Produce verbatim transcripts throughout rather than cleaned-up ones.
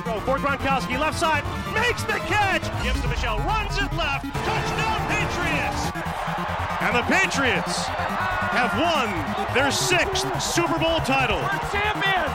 Throw for Gronkowski, left side, makes the catch! Gives to Michel, runs it left, touchdown Patriots! And the Patriots have won their sixth Super Bowl title. We're champions!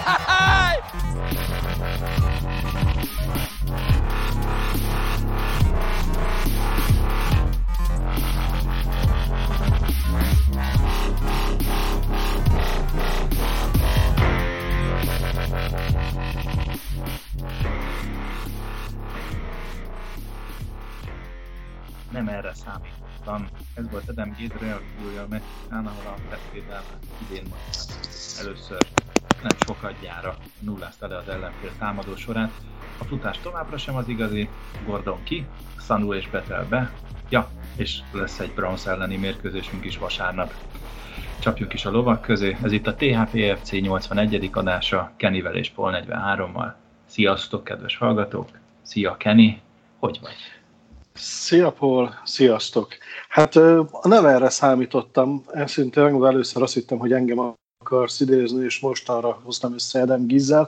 Nem erre számítottam. Ez volt Adam Gaze reakciója a meccsán, ahol a Petrével idén most először nem sokadjára nullázta le az ellenfél támadó sorát. A futás továbbra sem az igazi, Gordon ki, Sanu és Betel be, ja, és lesz egy Browns elleni mérkőzésünk is vasárnap. Csapjunk is a lovak közé, ez itt a té há pé ef cé nyolcvanegyedik adása, Kennyvel és Paul negyvenhárommal. Sziasztok, kedves hallgatók! Szia, Kenny! Hogy vagy? Szia, Paul! Sziasztok! Hát nem erre számítottam. Őszintén megmondom, először azt hittem, hogy engem akarsz idézni, és mostanra hoztam össze Adam Gaze-zel.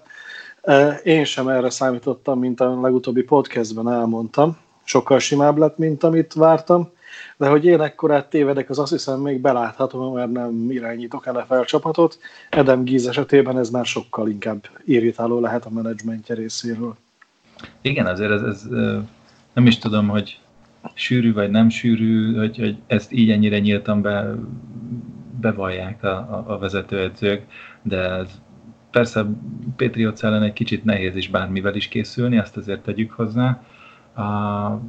Én sem erre számítottam, mint a legutóbbi podcastben elmondtam. Sokkal simább lett, mint amit vártam. De hogy én ekkorát tévedek, az azt hiszem még beláthatom, mert nem irányítok en ef el csapatot. Adam Gaze esetében ez már sokkal inkább irritáló lehet a menedzsmentje részéről. Igen, azért ez, ez nem is tudom, hogy sűrű vagy nem sűrű, hogy, hogy ezt így ennyire nyíltan be, bevallják a, a, a vezetőedzők, de ez persze Patriots ellen egy kicsit nehéz is bármivel is készülni, azt azért tegyük hozzá. A,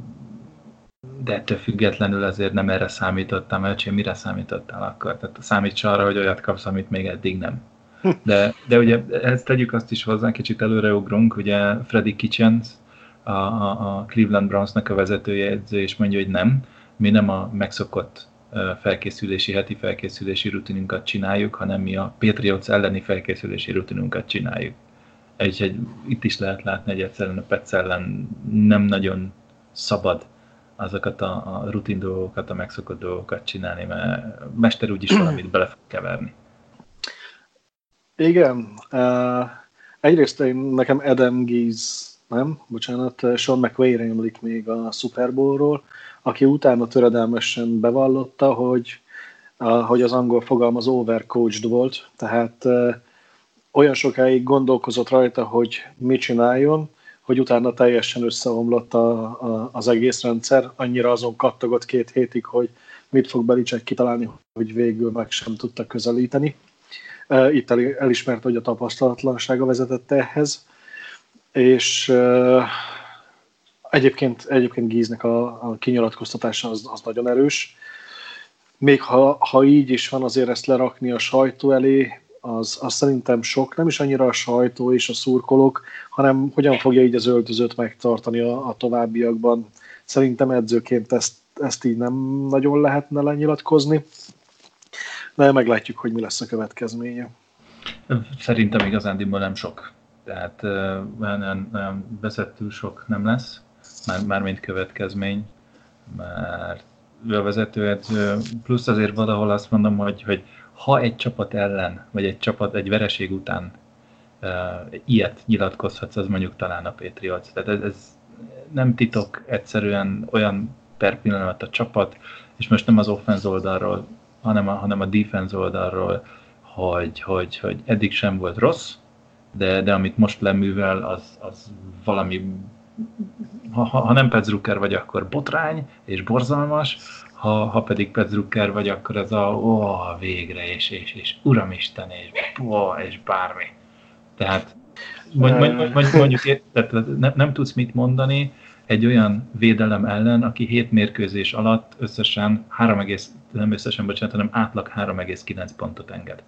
de ettől függetlenül azért nem erre számítottam, mert hogy mire számítottál akkor? Tehát számíts arra, hogy olyat kapsz, amit még eddig nem. De, de ugye ezt tegyük azt is hozzá, kicsit előreugrunk, ugye Freddy Kitchens, a, a, a Cleveland Brownsnak a vezetője edző, és mondja, hogy nem, mi nem a megszokott felkészülési, heti felkészülési rutinunkat csináljuk, hanem mi a Patriots elleni felkészülési rutinunkat csináljuk. Úgyhogy itt is lehet látni, hogy egyszerűen a Pets ellen nem nagyon szabad azokat a, a rutin dolgokat, a megszokott dolgokat csinálni, mert mester úgyis valamit bele fog keverni. Igen. Uh, egyrészt én, nekem Adam Gaze, nem, bocsánat, Sean McVay rémlik még a Super Bowlról, aki utána töredelmesen bevallotta, hogy, uh, hogy az angol fogalmaz overcoached volt, tehát uh, olyan sokáig gondolkozott rajta, hogy mit csináljon, hogy utána teljesen összeomlott a, a, az egész rendszer, annyira azon kattogott két hétig, hogy mit fog Belichick kitalálni, hogy végül meg sem tudta közelíteni. Uh, itt el, elismerte, hogy a tapasztalatlansága vezetett ehhez, és uh, egyébként, egyébként Gaze-nek a, a kinyilatkoztatása az, az nagyon erős. Még ha, ha így is van, azért ezt lerakni a sajtó elé, az, az szerintem sok, nem is annyira a sajtó és a szurkolók, hanem hogyan fogja így az öltözőt megtartani a, a továbbiakban. Szerintem edzőként ezt, ezt így nem nagyon lehetne lenyilatkozni, de meglátjuk, hogy mi lesz a következménye. Szerintem igazándiból nem sok. Tehát olyan, olyan vezető sok nem lesz, már, mármint következmény, mert a vezetőedző, plusz azért valahol azt mondom, hogy, hogy ha egy csapat ellen, vagy egy csapat egy vereség után uh, ilyet nyilatkozhatsz, az mondjuk talán a Patriots. Tehát ez, ez nem titok, egyszerűen olyan per pillanat a csapat, és most nem az offense oldalról, hanem a, hanem a defense oldalról, hogy, hogy, hogy eddig sem volt rossz, de, de amit most leművel, az, az valami, ha, ha nem Pets Drucker vagy, akkor botrány és borzalmas, ha, ha pedig Pets Drucker vagy, akkor az a ó, végre, és, és, és uramisten, és, ó, és bármi. Tehát mond, mond, mond, mondjuk, tehát nem, nem tudsz mit mondani egy olyan védelem ellen, aki hét mérkőzés alatt összesen három, nem összesen, bocsánat, hanem átlag három egész kilenc pontot enged.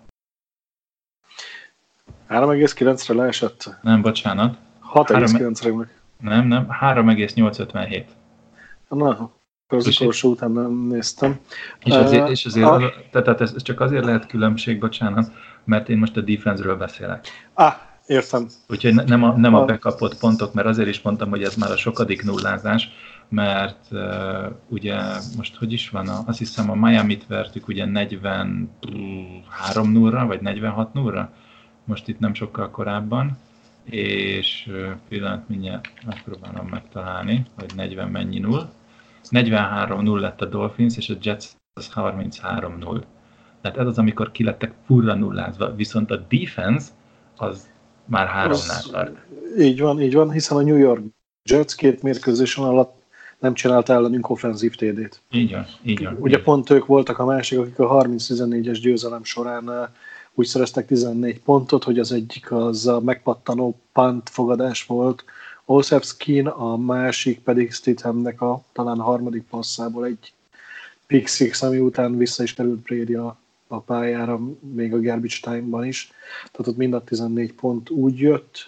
három egész kilencre leesett? Nem, bocsánat. hat egész kilencre meg. Nem, nem, három egész nyolcszázötvenhét. Na, akkor az utolsó után nem néztem. És azért, és azért uh, tehát ez csak azért lehet különbség, bocsánat, mert én most a defense-ről beszélek. Ah, értem. Úgyhogy nem a, nem a bekapott pontok, mert azért is mondtam, hogy ez már a sokadik nullázás, mert uh, ugye most hogy is van, a, azt hiszem a Miamit vertük ugye negyvenhárom nullra, vagy negyvenhat nullra, most itt nem sokkal korábban, és pillanat mindjárt megpróbálom megtalálni, hogy negyven mennyi null. negyvenhárom null lett a Dolphins, és a Jets az harminchárom null. Tehát ez az, amikor kilettek furra nullázva, viszont a defense az már háromnál tart. Így van, így van, hiszen a New York Jets két mérkőzésen alatt nem csinált ellenünk offenzív té dét. Így van, így van. Ugye így. pont ők voltak a másik, akik a harminc tizennégyes győzelem során úgy szereztek tizennégy pontot, hogy az egyik az a megpattanó punt fogadás volt Olszewskin, a másik pedig Stidhamnek a talán a harmadik passzából egy pick six, ami után vissza is került Brady a, a pályára, még a garbage time-ban is. Tehát ott mind a tizennégy pont úgy jött.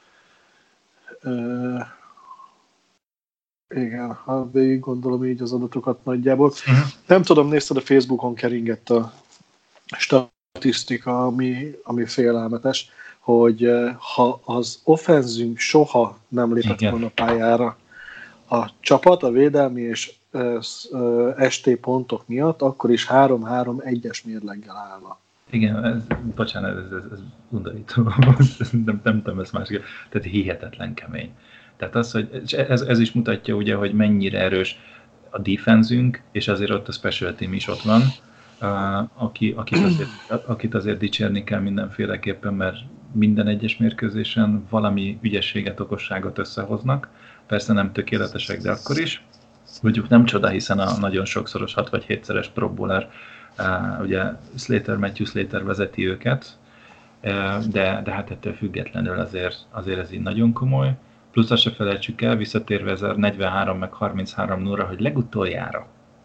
Uh, igen, ha végig gondolom így az adatokat nagyjából. Uh-huh. Nem tudom, nézted, a Facebookon keringett a statisztika, ami, ami félelmetes, hogy ha az offenzünk soha nem lépett volna a pályára a csapat, a védelmi és es té pontok miatt, akkor is három-három egyes mérleggel állna. Igen, ez, bocsánat, ez, ez, ez undorító. nem, nem tudom ezt másik. Tehát hihetetlen kemény. Tehát az, hogy ez, ez is mutatja ugye, hogy mennyire erős a defenzünk, és azért ott a special team is ott van, aki, akit, azért, akit azért dicsérni kell mindenféleképpen, mert minden egyes mérkőzésen valami ügyességet, okosságot összehoznak. Persze nem tökéletesek, de akkor is. Mondjuk nem csoda, hiszen a nagyon sokszoros hat vagy hétszeres Pro Bowler, uh, ugye Slater, Matthew Slater vezeti őket, uh, de, de hát ettől függetlenül azért, azért ez így nagyon komoly. Plusz azt se felejtsük el, visszatérve ezernegyvenhárom meg harminchárom nullra, hogy legutoljára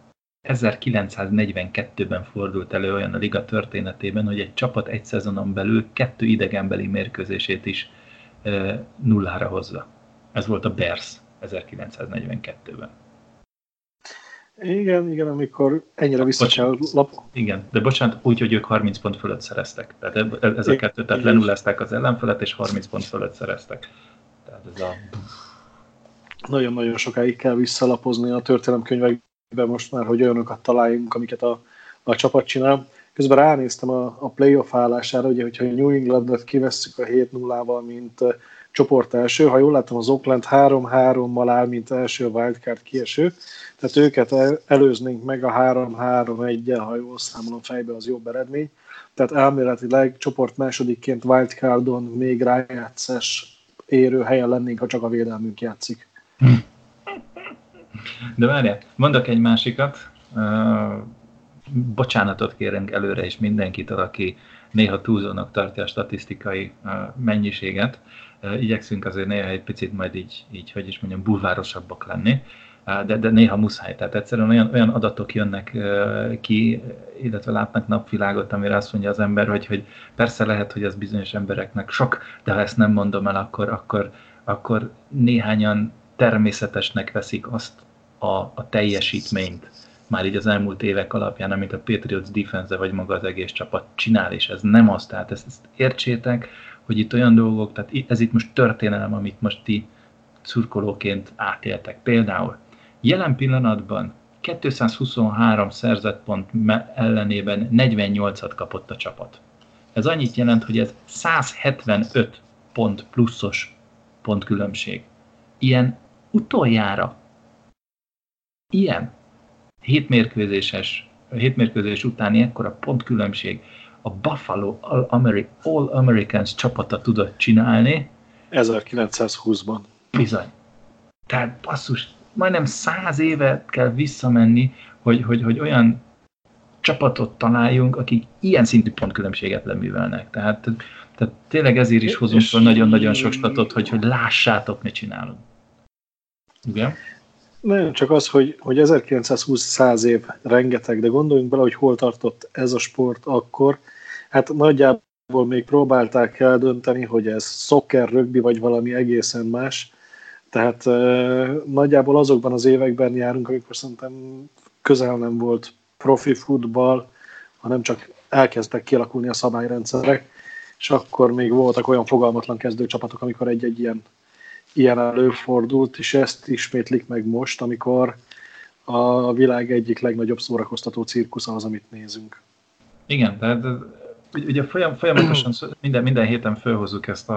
ezerkilencszáznegyvenkettőben fordult elő olyan a liga történetében, hogy egy csapat egy szezonon belül kettő idegenbeli mérkőzését is uh, nullára hozza. Ez volt a Bears ezerkilencszáznegyvenkettőben. Igen, igen, amikor ennyire vissza kell lap... Igen, de bocsánat, úgy, hogy ők harminc pont fölött szereztek. Tehát ez a kettő, tehát lenullázták az ellenfelet, és harminc pont fölött szereztek. Tehát ez a... Nagyon-nagyon sokáig kell visszalapozni a történelemkönyvekben most már, hogy olyanokat találjunk, amiket a, a csapat csinál. Közben ránéztem a, a playoff állására, ugye, hogyha a New Englandet kivesszük a hét nullával, mint uh, csoport első, ha jól látom, az Oakland három-hárommal áll, mint első wildcard kieső, tehát őket el, előznénk meg a három-három egyel, ha jól számolom fejbe, az jobb eredmény. Tehát elméletileg csoport másodikként wildcardon még rájátszás érő helyen lennénk, ha csak a védelmünk játszik. De várjál, mondok egy másikat. Uh, bocsánatot kérünk előre is mindenkitől, aki néha túlzónak tartja a statisztikai uh, mennyiséget. Uh, igyekszünk azért néha egy picit majd így, így hogy is mondjam, bulvárosabbak lenni, uh, de, de néha muszáj. Tehát egyszerűen olyan, olyan adatok jönnek uh, ki, illetve látnak napvilágot, amire azt mondja az ember, hogy, hogy persze lehet, hogy ez bizonyos embereknek sok, de ha ezt nem mondom el, akkor, akkor, akkor néhányan természetesnek veszik azt a, a teljesítményt, már így az elmúlt évek alapján, amit a Patriots defense vagy maga az egész csapat csinál, és ez nem az, tehát ezt, ezt értsétek, hogy itt olyan dolgok, tehát ez itt most történelem, amit most ti szurkolóként átéltek. Például jelen pillanatban kétszázhuszonhárom szerzett pont ellenében negyvennyolcat kapott a csapat. Ez annyit jelent, hogy ez száz hetvenöt pont pluszos pontkülönbség. Ilyen utoljára, ilyen hétmérkőzéses, hétmérkőzés utáni ekkora pontkülönbség a Buffalo All-Americans csapata tudott csinálni. ezerkilencszázhúszban. Bizony. Tehát basszus, majdnem száz évet kell visszamenni, hogy, hogy, hogy olyan csapatot találjunk, akik ilyen szintű pontkülönbséget leművelnek. Tehát, tehát tényleg ezért is hozunk fel nagyon-nagyon sok statot, hogy, hogy lássátok, mit csinálunk. Igen? Nem csak az, hogy, hogy ezerkilencszázhúsz száz év rengeteg, de gondoljunk bele, hogy hol tartott ez a sport akkor. Hát nagyjából még próbálták eldönteni, hogy ez szokker, rögbi vagy valami egészen más. Tehát e, nagyjából azokban az években járunk, amikor szerintem közel nem volt profi futball, hanem csak elkezdtek kialakulni a szabályrendszerek, és akkor még voltak olyan fogalmatlan kezdőcsapatok, amikor egy-egy ilyen Ilyen előfordult, és ezt ismétlik meg most, amikor a világ egyik legnagyobb szórakoztató cirkusza az, amit nézünk. Igen, tehát ugye folyam, folyamatosan minden, minden héten felhozzuk ezt a,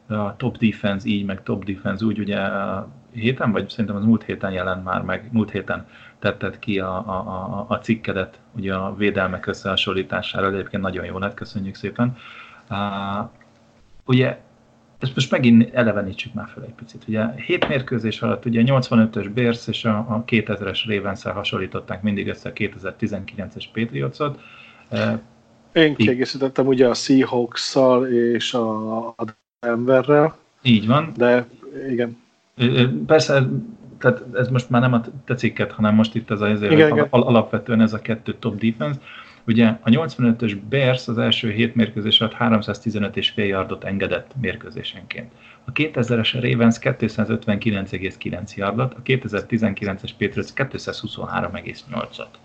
a top defense így, meg top defense úgy, ugye a héten, vagy szerintem az múlt héten jelent már meg, múlt héten tetted ki a, a, a, a cikkedet, ugye a védelmek összehasonlítására, egyébként nagyon jó lett, köszönjük szépen. Uh, ugye, ezt most megint elevenítsük már fel egy picit. Ugye hét mérkőzés alatt ugye a nyolcvanötös Bears és a, a kétezres Ravens-szel hasonlították mindig össze a kétezer-tizenkilences Patriots-ot. Uh, Én kiegészítettem ugye a Seahawks-szal és a Denverrel. Így van. De igen. Persze, tehát ez most már nem a te cikket, hanem most itt ez az azért, igen, al- igen. alapvetően ez a kettő top defense. Ugye a nyolcvanötös Bears az első hét mérkőzés alatt háromszáztizenöt egész öt yardot engedett mérkőzésenként. A kétezres Ravens kétszázötvenkilenc egész kilenc yardot, a kétezer-tizenkilences Patriots kétszázhuszonhárom egész nyolcat.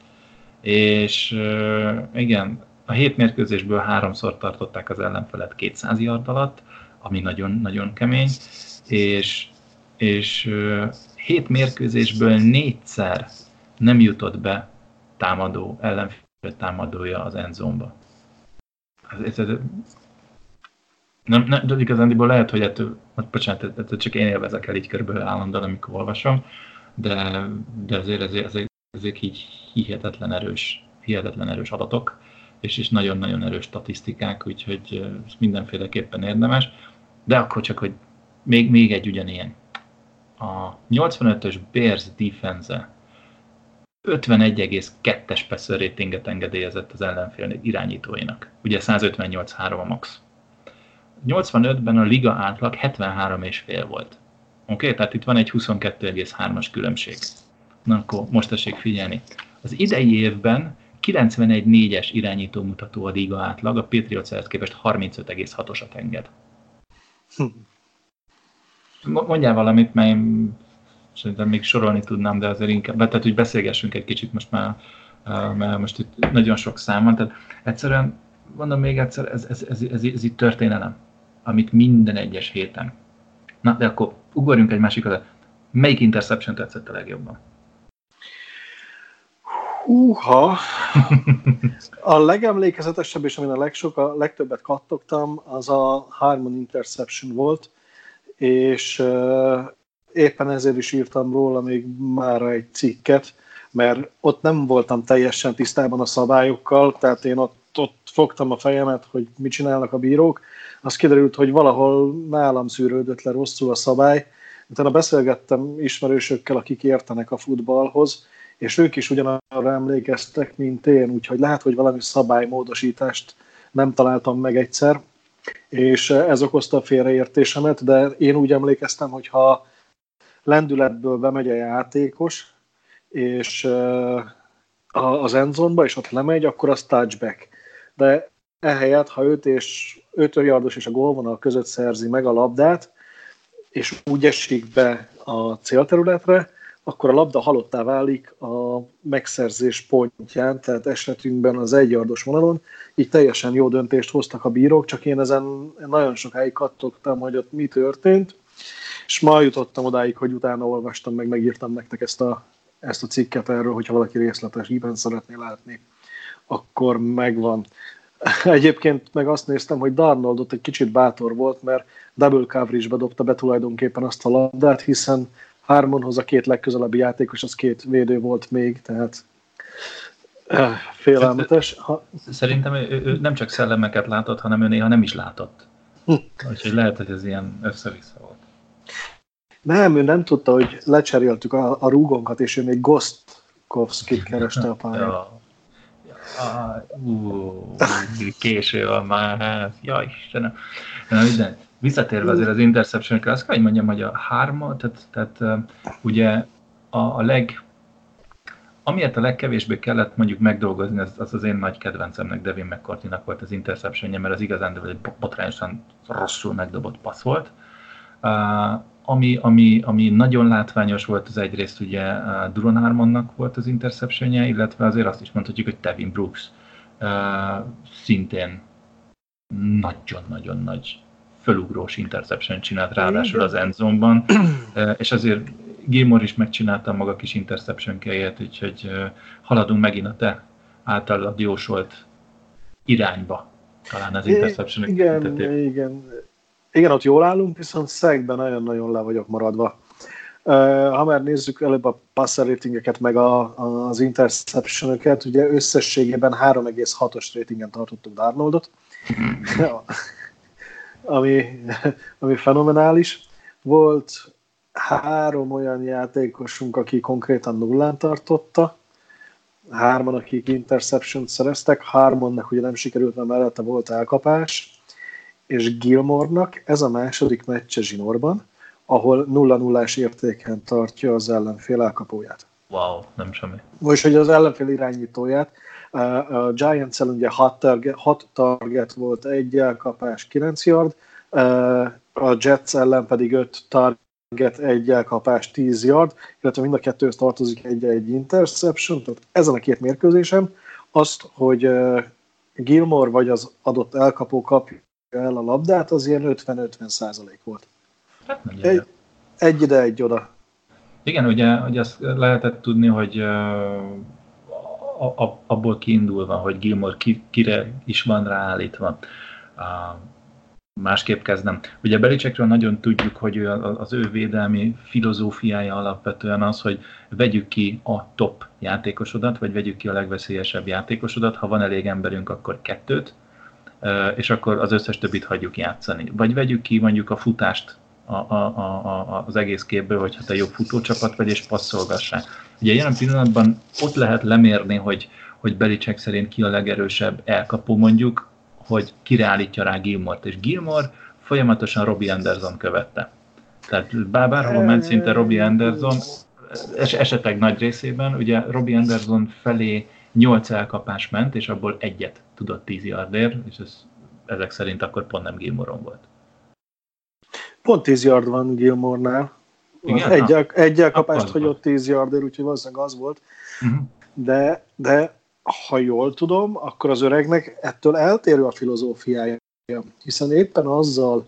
És igen, a hét mérkőzésből háromszor tartották az ellenfelet kétszáz yard alatt, ami nagyon-nagyon kemény, és, és hét mérkőzésből négyszer nem jutott be támadó, ellenfél támadója az endzone-ba. Ez, ez, nem, nem, de igazándiból lehet, hogy ettől, bocsánat, ettől csak én élvezek el így körülbelül állandóan, amikor olvasom, de, de azért ezek, ezek, ezek így hihetetlen erős, hihetetlen erős adatok, és is nagyon-nagyon erős statisztikák, úgyhogy mindenféleképpen érdemes. De akkor csak, hogy még, még egy ugyanilyen. A nyolcvanötös Bears defense ötvenegy egész kettes passer ratinget engedélyezett az ellenfél irányítóinak. Ugye százötvennyolc egész három a max. nyolcvanötben a liga átlag hetvenhárom egész öt volt. Oké, okay? Tehát itt van egy huszonkettő egész hármas különbség. Na akkor most tessék figyelni. Az idei évben kilencvenegy egész négyes irányító mutató a liga átlag, a Patriots-hez képest harmincöt egész hatosat enged. Hm. Mondjál valamit, mert én szerintem még sorolni tudnám, de azért inkább, tehát hogy beszélgessünk egy kicsit most már, mert most itt nagyon sok szám van, tehát egyszerűen, mondom még egyszer, ez, ez, ez, ez, ez itt történelem, amit minden egyes héten. Na, de akkor ugorjunk egy másikat. Melyik interception tetszett a legjobban? Húha! A legemlékezetesebb, és amin a legsok, a legtöbbet kattogtam, az a Harmon interception volt, és uh, éppen ezért is írtam róla még már egy cikket, mert ott nem voltam teljesen tisztában a szabályokkal, tehát én ott, ott fogtam a fejemet, hogy mit csinálnak a bírók. Az kiderült, hogy valahol nálam szűrődött le rosszul a szabály. Utána beszélgettem ismerősökkel, akik értenek a futballhoz, és ők is ugyanarra emlékeztek, mint én, úgyhogy lehet, hogy valami szabálymódosítást nem találtam meg egyszer, és ez okozta a félreértésemet, de én úgy emlékeztem, hogy ha lendületből bemegy a játékos, és az endzone-ba, és ott lemegy, akkor az touchback. De ehelyett, ha öt és öt yardos és a gólvonal között szerzi meg a labdát, és úgy esik be a célterületre, akkor a labda halottá válik a megszerzés pontján, tehát esetünkben az egy yardos vonalon. Így teljesen jó döntést hoztak a bírók, csak én ezen nagyon sokáig kattogtam, hogy ott mi történt, és ma jutottam odáig, hogy utána olvastam, meg megírtam nektek ezt a, ezt a cikket erről, hogyha valaki részletesében szeretné látni, akkor megvan. Egyébként meg azt néztem, hogy Darnold ott egy kicsit bátor volt, mert double coverage-be dobta be tulajdonképpen azt a labdát, hiszen Harmonhoz a két legközelebbi játékos, az két védő volt még, tehát uh, félelmetes. Ha... Szerintem ő, ő nem csak szellemeket látott, hanem ő néha nem is látott. Hm. Úgyhogy lehet, hogy ez ilyen össze-vissza volt. Nem, ő nem tudta, hogy lecseréltük a, a rúgonkat, és ő még Gostkowskit kereste a pályán. Ja. Ja, ú, késő van már, ja Istenem. Na, minden. Visszatérve azért az interception-kre, azt kell, hogy mondjam, hogy a hárma, tehát, tehát uh, ugye a, a leg, amiért a legkevésbé kellett mondjuk megdolgozni, az az, az én nagy kedvencemnek, Devin McCourty-nak volt az interception-je, mert az igazán egy botrányosan rosszul megdobott passz volt. Uh, ami, ami, ami nagyon látványos volt, az egyrészt ugye uh, Duron Harmonnak volt az interception-je, illetve azért azt is mondhatjuk, hogy Tevin Brooks uh, szintén nagyon-nagyon nagy fölugrós interception csinált, ráadásul az endzone-ban, és azért Gilmore is megcsinálta maga kis interception-kéjét, úgyhogy haladunk megint a te általad jósolt irányba, talán az interception-ök igen, igen. Igen, ott jól állunk, viszont szegben nagyon-nagyon le vagyok maradva. Ha már nézzük előbb a passer ratingeket, meg a, az interception-öket, ugye összességében három egész hatos ratingen tartottuk Darnoldot, ami, ami fenomenális. Volt három olyan játékosunk, aki konkrétan nullán tartotta, hárman, akik interception-t szereztek, hármannak ugye nem sikerült, mert mellette volt elkapás, és Gilmore-nak ez a második meccse zsinórban, ahol nulla nullás értéken tartja az ellenfél elkapóját. Wow, nem semmi. Most, hogy az ellenfél irányítóját, a Giants-el ugye hat target, hat target volt, egy elkapás, kilenc yard, a Jets ellen pedig öt target, egy elkapás, tíz yard, illetve mind a kettőhöz tartozik egy-egy interception, tehát ezen a két mérkőzésen azt, hogy Gilmore vagy az adott elkapó kapja el a labdát, az ilyen ötven-ötven százalék volt. Hát egy, egy ide, egy oda. Igen, ugye, ugye azt lehetett tudni, hogy uh, abból kiindulva, hogy Gilmore ki, kire is van ráállítva. Uh, másképp kezdem. Ugye Belichickről nagyon tudjuk, hogy ő, az ő védelmi filozófiája alapvetően az, hogy vegyük ki a top játékosodat, vagy vegyük ki a legveszélyesebb játékosodat. Ha van elég emberünk, akkor kettőt, uh, és akkor az összes többit hagyjuk játszani. Vagy vegyük ki mondjuk a futást A, a, a, az egész képből, hogyha te jobb futócsapat vagy, és passzolgassál. Ugye jelen pillanatban ott lehet lemérni, hogy, hogy Belichick szerint ki a legerősebb elkapó mondjuk, hogy kire állítja rá Gilmore-t, és Gilmore folyamatosan Robbie Anderson követte. Tehát bárhol ment szinte Robbie Anderson, es, esetek nagy részében, ugye Robbie Anderson felé nyolc elkapás ment, és abból egyet tudott tíz yardért, és ez, ezek szerint akkor pont nem Gilmore-on volt. Pont tíz yard van Gilmore-nál. Egy, egy elkapást hagyott tíz yardért, úgyhogy valószínűleg az volt. Uh-huh. De, de ha jól tudom, akkor az öregnek ettől eltérő a filozófiája. Hiszen éppen azzal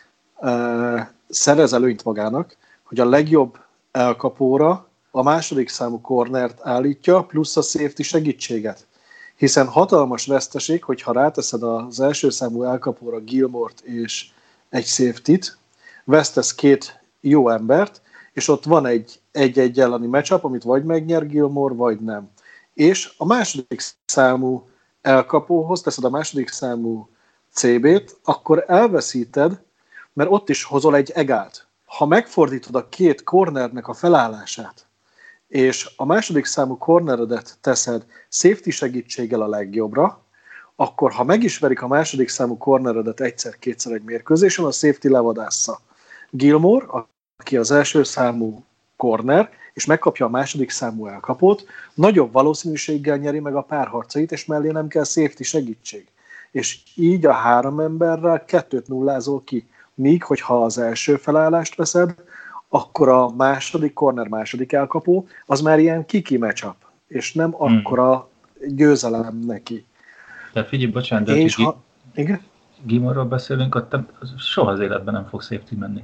uh, szerez előnyt magának, hogy a legjobb elkapóra a második számú cornert állítja, plusz a safety segítséget. Hiszen hatalmas veszteség, hogyha ráteszed az első számú elkapóra Gilmore-t és egy safety-t, vesztesz két jó embert, és ott van egy egy-egy elleni matchup, amit vagy megnyer Gilmore, vagy nem. És a második számú elkapóhoz teszed a második számú cé bé-t, akkor elveszíted, mert ott is hozol egy egált. Ha megfordítod a két cornernek a felállását, és a második számú corneredet teszed safety segítséggel a legjobbra, akkor ha meg is verik a második számú corneredet egyszer-kétszer egy mérkőzésen, a safety levadásza. Gilmore, aki az első számú corner, és megkapja a második számú elkapót, nagyobb valószínűséggel nyeri meg a párharcait, és mellé nem kell safety segítség. És így a három emberrel kettőt nullázol ki. Míg, hogyha az első felállást veszed, akkor a második corner, második elkapó, az már ilyen kiki matchup, és nem hmm. akkora győzelem neki. Tehát figyelj, bocsánat, de és ha... Igen? Gilmore-ról beszélünk, ott soha az életben nem fog safety menni.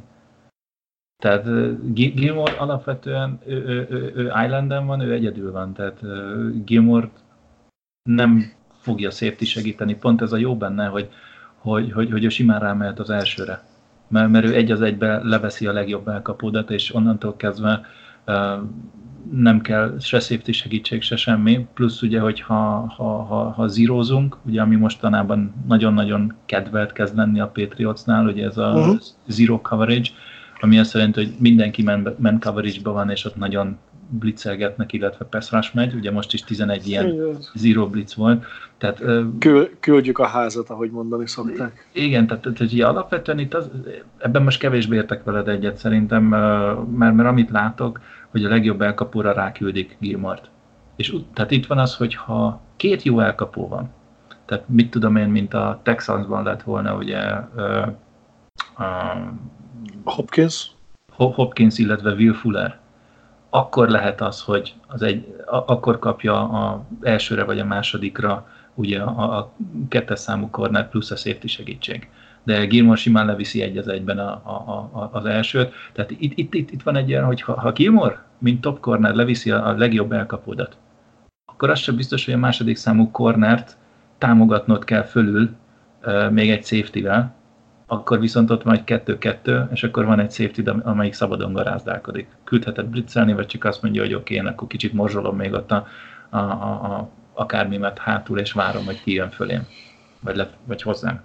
Tehát Gilmore alapvetően ő, ő, ő, ő Islanden van, ő egyedül van, tehát Gilmore nem fogja safety segíteni. Pont ez a jó benne, hogy, hogy, hogy, hogy ő simán rámehet az elsőre. Mert, mert ő egy az egybe leveszi a legjobb elkapódat, és onnantól kezdve uh, nem kell se safety segítség, se semmi. Plusz ugye, hogy ha, ha, ha, ha zerozunk, ugye ami mostanában nagyon-nagyon kedvelt kezd lenni a Patriotsnál, ugye ez a uh-huh. zero coverage, ami azt jelenti, hogy mindenki man, man coverage-ba van, és ott nagyon blitzelgetnek, illetve pass rush megy. Ugye most is tizenegy ilyen zero blitz volt. Tehát, Kül, küldjük a házat, ahogy mondani szokták. Igen, tehát, tehát ugye alapvetően itt az, ebben most kevésbé értek veled egyet szerintem, mert, mert amit látok, hogy a legjobb elkapóra ráküldik Gilmore-t. És tehát itt van az, hogy ha két jó elkapó van, tehát mit tudom én, mint a Texansban lett volna ugye uh, uh, Hopkins? Hopkins, illetve Will Fuller, akkor lehet az, hogy az egy, a, akkor kapja az elsőre vagy a másodikra ugye a, a kettes számú corner plusz a safety segítség. De Gilmore simán leviszi egy az egyben a, a, a, az elsőt. Tehát itt, itt, itt, itt van egy olyan, hogy ha, ha Gilmore, mint top corner leviszi a, a legjobb elkapódat, akkor az sem biztos, hogy a második számú cornert támogatnod kell fölül uh, még egy safety-vel, akkor viszont ott van egy kettő-kettő, és akkor van egy safety, amelyik szabadon garázdálkodik. Küldheted blitzelni, vagy csak azt mondja, hogy oké, okay, én akkor kicsit morzsolom még ott a, a, a, a akármimet hátul, és várom, hogy ki jön fölém, vagy, le, vagy hozzám.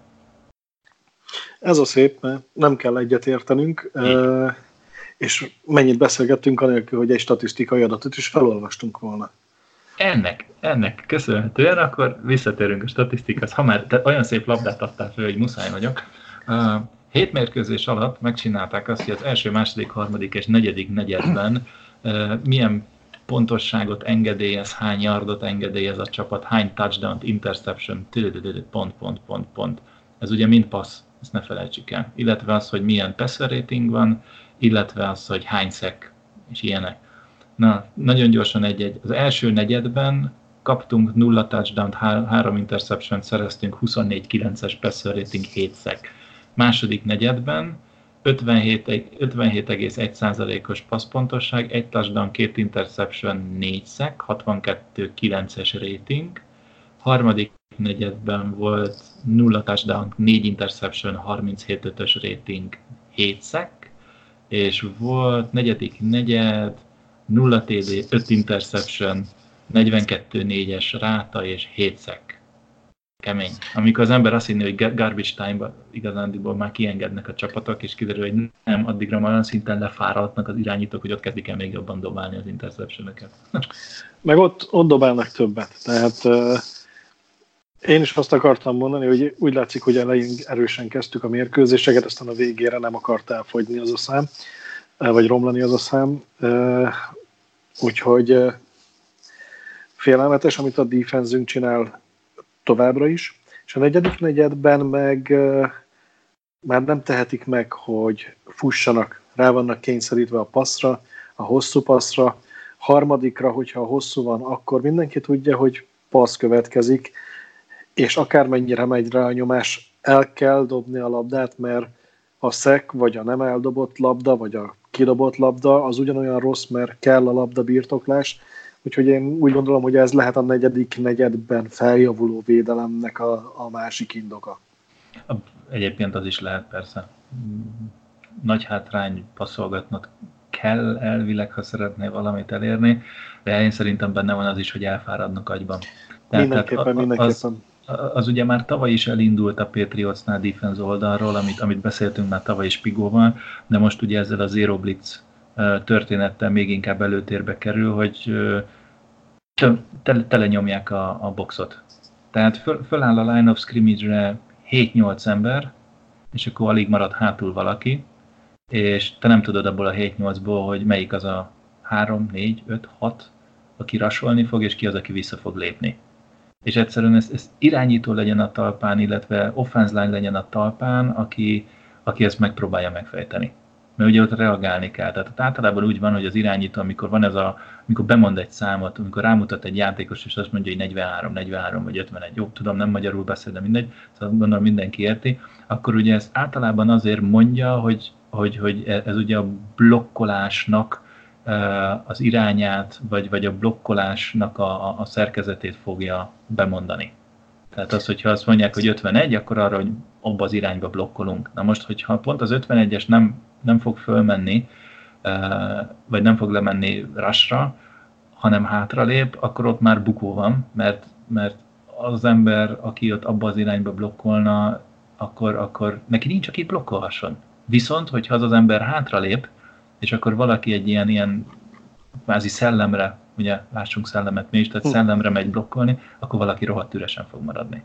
Ez a szép, mert nem kell egyet értenünk, e- és mennyit beszélgettünk anélkül, hogy egy statisztikai adatot is felolvastunk volna. Ennek, ennek köszönhetően akkor visszatérünk a statisztikához. Ha már te olyan szép labdát adtál fel, hogy muszáj vagyok. Uh, hét mérkőzés alatt megcsinálták azt, hogy az első, második, harmadik és negyedik negyedben uh, milyen pontosságot engedélyez, hány yardot engedélyez a csapat, hány touchdown, interception, pont, pont, pont, pont. Ez ugye mind passz, ezt ne felejtsük el. Illetve az, hogy milyen passer rating van, illetve az, hogy hány sack, és ilyenek. Na, nagyon gyorsan egy-egy. Az első negyedben kaptunk nulla touchdown, három interception, szereztünk huszonnégy kilences passer rating, hét sack. Második negyedben ötvenhét egész egy százalékos passzpontosság, egy touchdown, két interception, négy sack, hatvankettő kilences rating. Harmadik negyedben volt nulla touchdown, négy interception, harminchét ötös rating, hét sack. És volt negyedik negyed, nulla té dé, öt interception, negyvenkettő négyes ráta és hét sack. Kemény. Amikor az ember azt hinné, hogy garbage time-ba igazándiból már kiengednek a csapatok, és kiderül, hogy nem, addigra már olyan szinten lefáradnak az irányítók, hogy ott kezdik el még jobban dobálni az interception-öket. Meg ott, ott dobálnak többet. Tehát uh, én is azt akartam mondani, hogy úgy látszik, hogy elején erősen kezdtük a mérkőzéseket, aztán a végére nem akart elfogyni az a szám, vagy romlani az a szám. Uh, úgyhogy uh, félelmetes, amit a defenzünk csinál továbbra is, és a negyedik negyedben meg uh, már nem tehetik meg, hogy fussanak, rá vannak kényszerítve a passzra, a hosszú passzra, harmadikra, hogyha a hosszú van, akkor mindenki tudja, hogy passz következik, és akármennyire megy rá a nyomás, el kell dobni a labdát, mert a szek, vagy a nem eldobott labda, vagy a kidobott labda, az ugyanolyan rossz, mert kell a labda birtoklás. Úgyhogy én úgy gondolom, hogy ez lehet a negyedik negyedben feljavuló védelemnek a, a másik indoka. Egyébként az is lehet, persze. Nagy hátrány passzolgatnod kell elvileg, ha szeretnél valamit elérni, de én szerintem benne van az is, hogy elfáradnak agyban. Tehát, mindenképpen, tehát mindenképpen. Az, az ugye már tavaly is elindult a Patriotsnál defense oldalról, amit, amit beszéltünk már tavaly is Pigóval, de most ugye ezzel a Zero Blitz történettel még inkább előtérbe kerül, hogy tele, tele nyomják a, a boxot. Tehát föl, föláll a line of scrimmage-re hét-nyolc ember, és akkor alig marad hátul valaki, és te nem tudod abból a hét-nyolcból, hogy melyik az a három, négy, öt, hat, aki rasolni fog, és ki az, aki vissza fog lépni. És egyszerűen ez, ez irányító legyen a talpán, illetve offense line legyen a talpán, aki, aki ezt megpróbálja megfejteni. Mert ugye ott reagálni kell. Tehát általában úgy van, hogy az irányító, amikor van ez a, amikor bemond egy számot, amikor rámutat egy játékos, és azt mondja, hogy negyvenhárom, negyvenhárom vagy ötvenegy, jó, tudom, nem magyarul beszél, de mindegy, szóval gondolom mindenki érti, akkor ugye ez általában azért mondja, hogy, hogy, hogy ez ugye a blokkolásnak az irányát, vagy, vagy a blokkolásnak a, a szerkezetét fogja bemondani. Tehát az, hogyha azt mondják, hogy ötvenegy, akkor arra, hogy abba az irányba blokkolunk. Na most, hogyha pont az ötvenegyes nem, nem fog fölmenni, vagy nem fog lemenni rushra, hanem hátralép, akkor ott már bukó van, mert, mert az ember, aki ott abba az irányba blokkolna, akkor, akkor neki nincs, aki blokkolhasson. Viszont, hogyha az az ember hátralép, és akkor valaki egy ilyen, ilyen kvázi szellemre, ugye lássunk szellemet mi is, tehát szellemre megy blokkolni, akkor valaki rohadt üresen fog maradni.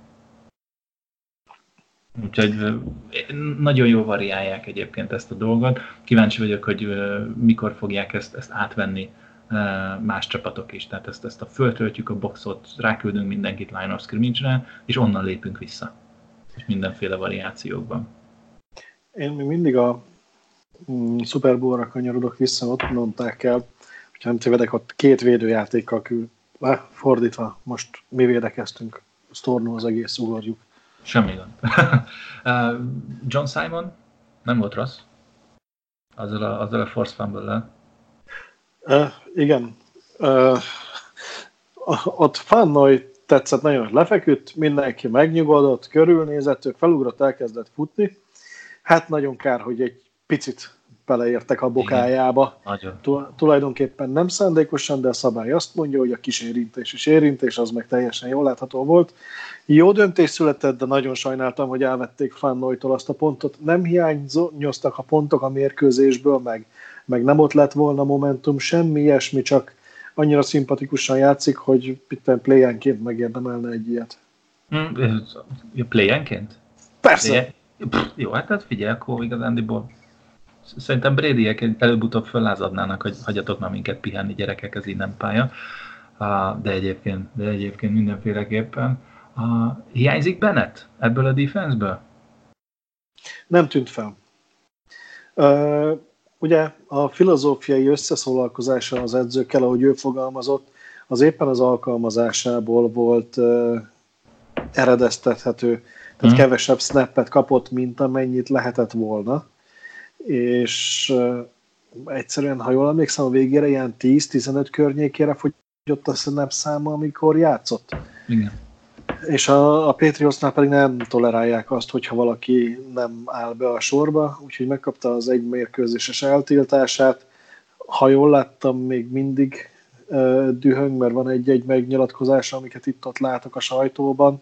Úgyhogy nagyon jól variálják egyébként ezt a dolgot. Kíváncsi vagyok, hogy mikor fogják ezt, ezt átvenni más csapatok is. Tehát ezt, ezt a föltöltjük a boxot, ráküldünk mindenkit line of scrimmage-re, és onnan lépünk vissza. És mindenféle variációkban. Én még mindig a mm, Super Bowl-ra kanyarodok vissza, ott mondták el, hogyha nem tévedek, ott két védőjátékkal küld. Fordítva, most mi védekeztünk, sztornó az egész, ugorjuk. Semmi gond. John Simon nem volt rossz. Azzal a, azzal a force fumble-lel. Uh, igen. Uh, ott Fannoy tetszett nagyon, hogy lefeküdt, mindenki megnyugodott, körülnézett, ők felugrott, elkezdett futni, Hát nagyon kár, hogy egy picit beleértek a bokájába. Tulajdonképpen nem szándékosan, de a szabály azt mondja, hogy a kis érintés és érintés, az meg teljesen jól látható volt. Jó döntés született, de nagyon sajnáltam, hogy elvették Van Nooytól azt a pontot. Nem hiányoztak a pontok a mérkőzésből, meg, meg nem ott lett volna momentum, semmi ilyesmi, csak annyira szimpatikusan játszik, hogy például play-enként megérdemelne egy ilyet. Mm, play-enként? Persze! Play-en? Pff, jó, hát, hát figyelj, akkor igazándiból szerintem Bradyek előbb-utóbb föllázadnának, hogy hagyjatok már minket pihenni, gyerekek, ez így nem pálya. De egyébként, de egyébként mindenféleképpen. Hiányzik Bennett ebből a defenseből? Nem tűnt fel. Uh, ugye a filozófiai összeszólalkozása az edzőkkel, ahogy ő fogalmazott, az éppen az alkalmazásából volt uh, eredeztethető. Tehát hmm. kevesebb snappet kapott, mint amennyit lehetett volna. És uh, egyszerűen, ha jól emlékszem, a végére ilyen tíz-tizenöt környékére fogyott a snap száma, amikor játszott. Igen. És a, a Patriotsnál pedig nem tolerálják azt, hogyha valaki nem áll be a sorba, úgyhogy megkapta az egy mérkőzéses eltiltását. Ha jól láttam, még mindig uh, dühöng, mert van egy-egy megnyilatkozása, amiket itt-ott látok a sajtóban.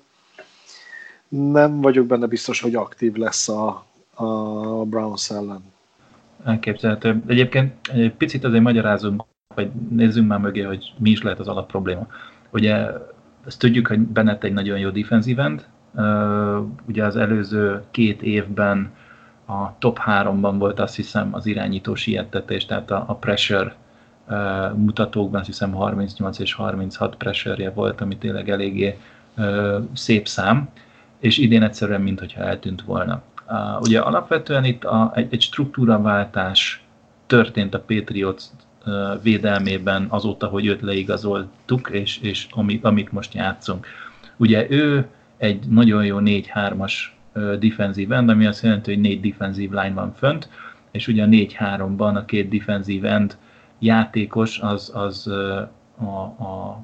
Nem vagyok benne biztos, hogy aktív lesz a, a Browns ellen. Elképzelhető. Egyébként egy picit azért magyarázunk, vagy nézzünk már mögé, hogy mi is lehet az alapprobléma. Ugye ezt tudjuk, hogy Bennett egy nagyon jó defensive end. Uh, ugye az előző két évben a top háromban volt, azt hiszem, az irányító siettetés, tehát a, a pressure uh, mutatókban, azt hiszem harmincnyolc és harminchat pressure-je volt, ami tényleg eléggé uh, szép szám, és idén egyszerűen minthogyha eltűnt volna. Uh, ugye alapvetően itt a, egy, egy struktúraváltás történt a Patriots uh, védelmében azóta, hogy őt leigazoltuk, és, és ami, amit most játszunk. Ugye ő egy nagyon jó négy hármas uh, defensive end, ami azt jelenti, hogy négy defensive line van fönt, és ugye a négy háromban a két defensive end játékos az, az uh, a, a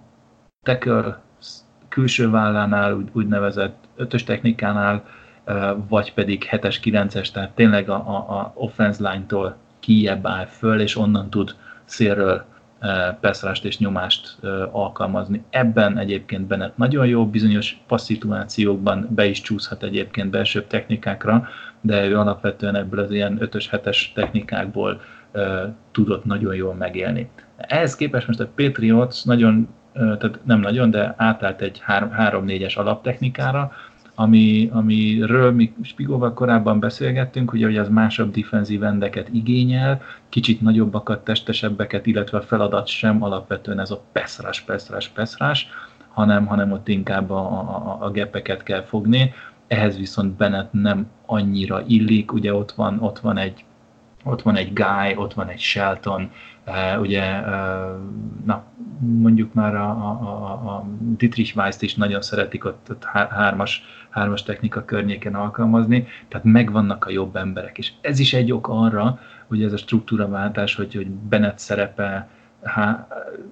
tackle külső vállánál, úgy, úgynevezett ötös technikánál, vagy pedig hetes, kilences, tehát tényleg a, a, a offense line-tól kijebb áll föl, és onnan tud szélről pass rush-t és nyomást alkalmazni. Ebben egyébként Bennett nagyon jó, bizonyos passzituációkban be is csúszhat egyébként belsőbb technikákra, de ő alapvetően ebből az ilyen ötös-hetes technikákból tudott nagyon jól megélni. Ehhez képest most a Patriots nagyon, tehát nem nagyon, de átállt egy három négyes alaptechnikára, Ami, amiről mi Spigóval korábban beszélgettünk, ugye, hogy az másabb defensív endeket igényel, kicsit nagyobbakat, testesebbeket, illetve a feladat sem alapvetően ez a pass rush, pass rush, pass rush, hanem, hanem ott inkább a, a, a gapeket kell fogni. Ehhez viszont Bennett nem annyira illik, ugye ott van, ott van egy ott van egy Guy, ott van egy Shelton, uh, ugye, uh, na, mondjuk már a, a, a, a Dietrich Weiss-t is nagyon szeretik ott, ott hármas, hármas technika környéken alkalmazni, tehát megvannak a jobb emberek, és ez is egy ok arra, hogy ez a struktúraváltás, hogy, hogy Bennett szerepe há,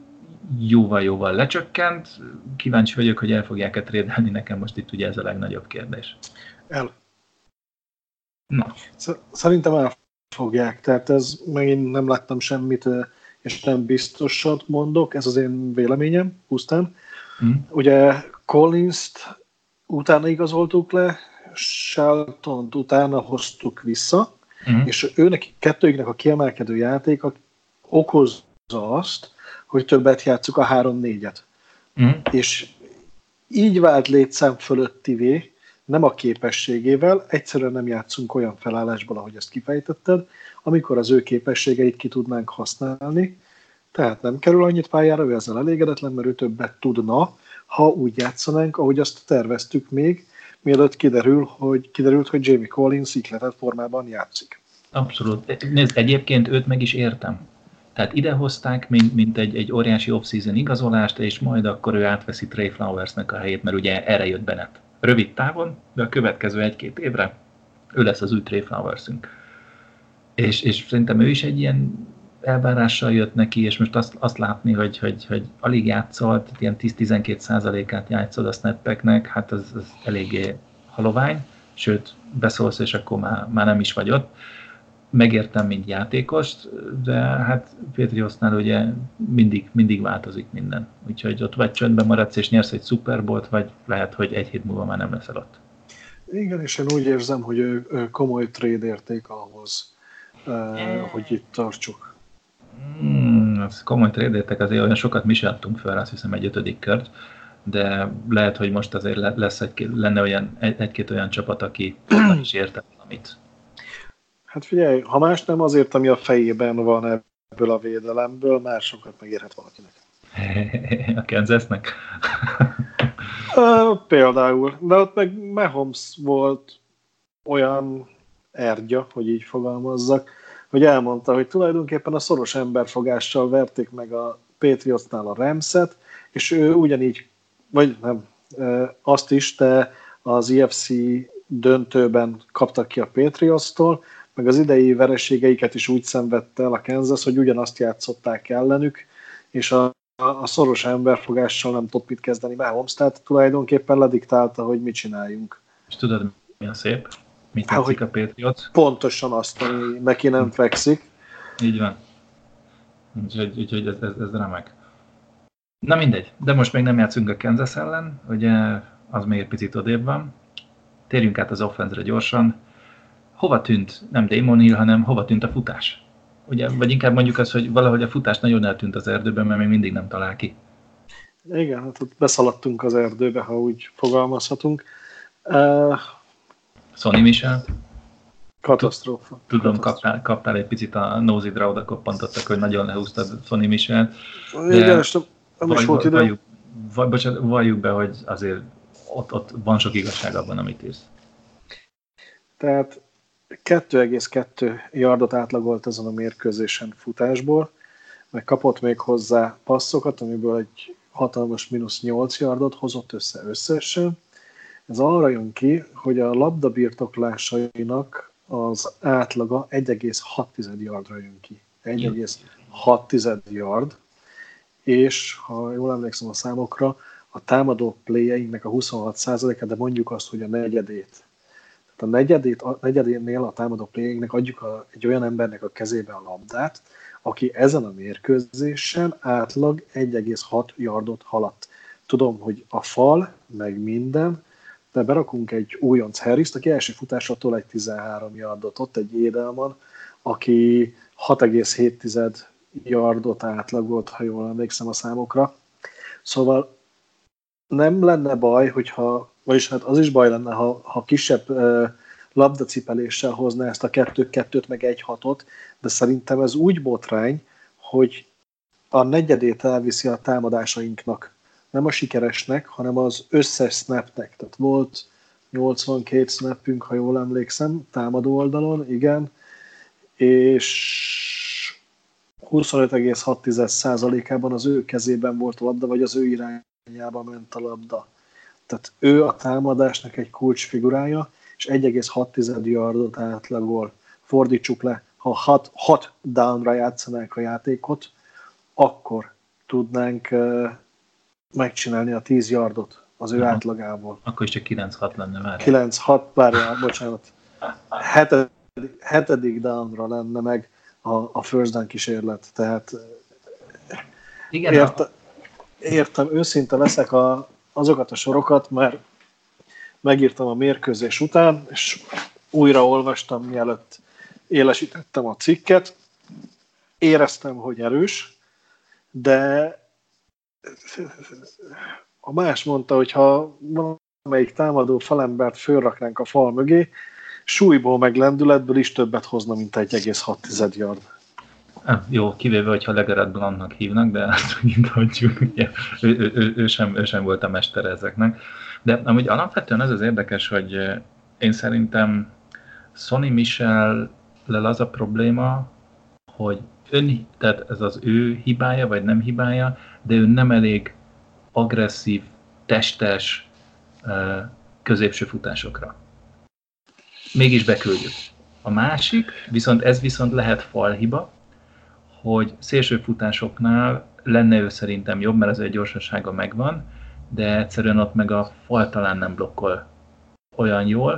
jóval-jóval lecsökkent. Kíváncsi vagyok, hogy el fogják-e trédelni, nekem most itt ugye ez a legnagyobb kérdés. El. Na. Szerintem el fogják, tehát ez megint nem láttam semmit, és nem biztosat mondok, ez az én véleményem, pusztán. Mm. Ugye Collins-t utána igazoltuk le, Sheltont utána hoztuk vissza, mm. és őnek, kettőjüknek a kiemelkedő játéka okozza azt, hogy többet játsszuk a három négyet. Mm. És így vált létszám fölöttivé, nem a képességével, egyszerűen nem játszunk olyan felállásból, ahogy ezt kifejtetted, amikor az ő képességeit ki tudnánk használni, tehát nem kerül annyit pályára, ő ezzel elégedetlen, mert ő többet tudna, ha úgy játszanánk, ahogy azt terveztük még, mielőtt kiderül, hogy, kiderült, hogy Jamie Collins ikletett formában játszik. Abszolút. Nézd, egyébként őt meg is értem. Tehát idehozták, mint, mint egy, egy óriási off-season igazolást, és majd akkor ő átveszi Trey Flowersnek a helyét, mert ugye erre jött Bennett. Rövid távon, de a következő egy-két évre ő lesz az új Trey Flowersünk. És, és szerintem ő is egy ilyen elvárással jött neki, és most azt, azt látni, hogy, hogy, hogy alig játszott, ilyen tíz-tizenkét százalékát játszod a snappeknek, hát az, az eléggé halovány. sőt, beszólsz, és akkor már, már nem is vagy ott. Megértem, mint játékost, de hát Patriotsnál ugye mindig, mindig változik minden. Úgyhogy ott vagy csöndben maradsz, és nyersz egy Super Bowl-t, vagy lehet, hogy egy hét múlva már nem leszel ott. Igen, és én úgy érzem, hogy ő, ő komoly trade érték ahhoz, eh, hogy itt tartsuk. Hmm, az komoly trade érték, azért olyan sokat mi sem adtunk fel, azt hiszem egy ötödik kört, de lehet, hogy most azért lesz egy, lenne olyan, egy, egy-két olyan csapat, aki is érte valamit. Hát figyelj, ha más nem, azért, ami a fejében van ebből a védelemből, már sokat megérhet valakinek. A Kansasnek? uh, például. De ott meg Mahomes volt olyan ergya, hogy így fogalmazzak, hogy elmondta, hogy tulajdonképpen a szoros emberfogással verték meg a Patriotsnál a Ramset, és ő ugyanígy, vagy nem, azt is, de az I F C döntőben kaptak ki a Patriotstól, meg az idei vereségeiket is úgy szenvedte el a Kansas, hogy ugyanazt játszották ellenük, és a, a szoros emberfogással nem tudott mit kezdeni Mahomes, tehát tulajdonképpen lediktálta, hogy mit csináljunk. És tudod, mi a szép? Mit tetszik a Patriots? Pontosan azt, ami neki nem fekszik. Így van. Úgyhogy, úgyhogy ez, ez, ez remek. Na mindegy, de most még nem játszunk a Kansas ellen, ugye az még egy picit odébb van. Térjünk át az offense-re gyorsan. Hova tűnt nem Damon Hill, hanem hova tűnt a futás? Ugye, vagy inkább mondjuk azt, hogy valahogy a futás nagyon eltűnt az erdőben, mert még mindig nem talál ki. Igen, hát ott beszaladtunk az erdőbe, ha úgy fogalmazhatunk. Uh, Sonny Michel? Katasztrófa. Tudom, kaptál, kaptál egy picit a Nosy-dra, oda koppantottak, hogy nagyon lehúztad Sonny Michel. Igen, és nem is volt ide. Valljuk, vaj, bocsánat, valljuk be, hogy azért ott, ott van sok igazság abban, amit írsz. Tehát kettő egész kettő yardot átlagolt ezen a mérkőzésen futásból, meg kapott még hozzá passzokat, amiből egy hatalmas mínusz nyolc yardot hozott össze összesen. Ez arra jön ki, hogy a labda birtoklásainak az átlaga egy egész hat yardra jön ki. egy egész hat yard, és ha jól emlékszem a számokra, a támadó playeinknek a huszonhat százaléka, de mondjuk azt, hogy a negyedét. Tehát a, negyedét, a negyedénél a támadó playeinknek adjuk a, egy olyan embernek a kezébe a labdát, aki ezen a mérkőzésen átlag egy egész hat yardot haladt. Tudom, hogy a fal, meg minden, de berakunk egy újonc Harrist, aki első futásától egy tizenhárom yardot, ott egy Edelman, aki hat egész hét yardot átlagolt, ha jól emlékszem a számokra. Szóval nem lenne baj, hogyha, vagyis hát az is baj lenne, ha, ha kisebb uh, labdacipeléssel hozná ezt a kettő kettőt meg egy hatot, de szerintem ez úgy botrány, hogy a negyedét elviszi a támadásainknak. Nem a sikeresnek, hanem az összes snapnek. Tehát volt nyolcvankét snapünk, ha jól emlékszem, támadó oldalon, igen, és huszonöt egész hat százalékában az ő kezében volt a labda, vagy az ő irányába ment a labda. Tehát ő a támadásnak egy kulcsfigurája, és egy egész hat yardot átlagol. Fordítsuk le, ha hat downra játszanánk a játékot, akkor tudnánk uh, megcsinálni a tíz yardot az ő Aha. átlagából. Akkor is csak kilenc hat lenne már. kilenc hat, várjál, bocsánat. Hetedik, hetedik downra lenne meg a, a first down kísérlet. Tehát Igen, érte, értem, őszinte leszek a, azokat a sorokat, mert megírtam a mérkőzés után, és újra olvastam, mielőtt élesítettem a cikket. Éreztem, hogy erős, de a más mondta, hogy ha valamelyik támadó falembert fölraknánk a fal mögé, súlyból meg lendületből is többet hozna, mint egy egész hat yard. Jó, kivéve, hogyha Legarrette Blountnak hívnak, de azt megint hagyjuk. Ő, ő, ő, ő, sem, ő sem volt a mestere ezeknek. De amúgy alapvetően ez az érdekes, hogy én szerintem Sonny Michel-lel az a probléma, hogy ön, tehát ez az ő hibája, vagy nem hibája, de ő nem elég agresszív, testes, középső futásokra. Mégis beküldjük. A másik, viszont ez viszont lehet falhiba, hogy szélső futásoknál lenne ő szerintem jobb, mert az egy gyorsasága megvan, de egyszerűen ott meg a fal talán nem blokkol olyan jól.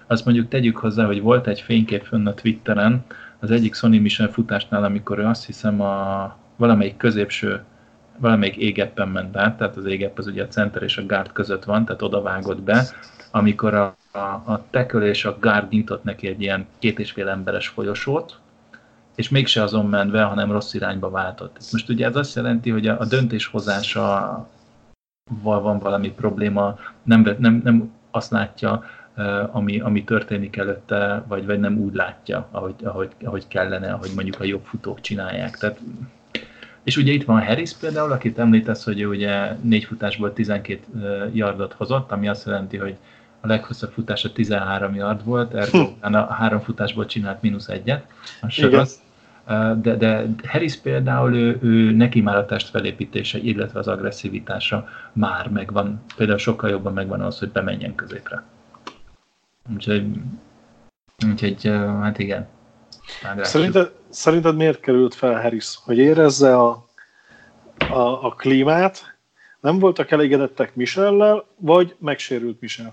azt mondjuk tegyük hozzá, hogy volt egy fénykép fönn a Twitteren, az egyik Sonny Michel futásnál, amikor ő azt hiszem a valamelyik középső, valamelyik égeppen ment át, tehát az égepp az ugye a center és a guard között van, tehát oda vágott be, amikor a, a, a tackle és a guard nyitott neki egy ilyen két és fél emberes folyosót, és mégse azon ment be, hanem rossz irányba váltott. Most ugye ez azt jelenti, hogy a, a döntéshozása van valami probléma, nem, nem, nem azt látja, ami, ami történik előtte, vagy, vagy nem úgy látja, ahogy, ahogy, ahogy kellene, ahogy mondjuk a jobb futók csinálják. Tehát, és ugye itt van Harris például, akit említesz, hogy ő ugye négy futásból tizenkét yardot hozott, ami azt jelenti, hogy a leghosszabb futása tizenhárom yard volt, ergo hm. a három futásból csinált mínusz egyet. De, de Harris például, ő, ő neki már a test felépítése, illetve az agresszivitása már megvan, például sokkal jobban megvan az, hogy bemenjen középre. Úgyhogy, úgyhogy hát igen. Szerinted, szerinted miért került fel Harris? Hogy érezze a, a, a klímát, nem voltak elégedettek Michellel, vagy megsérült Michel?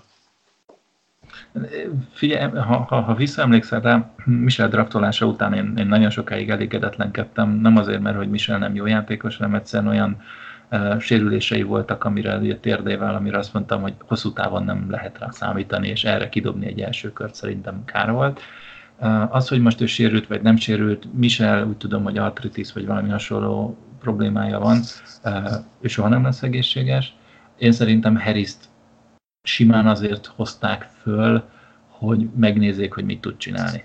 Figyelj, ha, ha, ha visszaemlékszel rá, Michel draftolása után én, én nagyon sokáig elégedetlenkedtem, nem azért, mert hogy Michel nem jó játékos, hanem egyszerűen olyan uh, sérülései voltak, amire ugye térdével, amire azt mondtam, hogy hosszú távon nem lehet rá számítani, és erre kidobni egy első kört szerintem kár volt. Uh, az, hogy most ő sérült, vagy nem sérült, Michel úgy tudom, hogy artritis, vagy valami hasonló problémája van, uh, ő soha nem lesz egészséges. Én szerintem Harrist simán azért hozták föl, hogy megnézzék, hogy mit tud csinálni.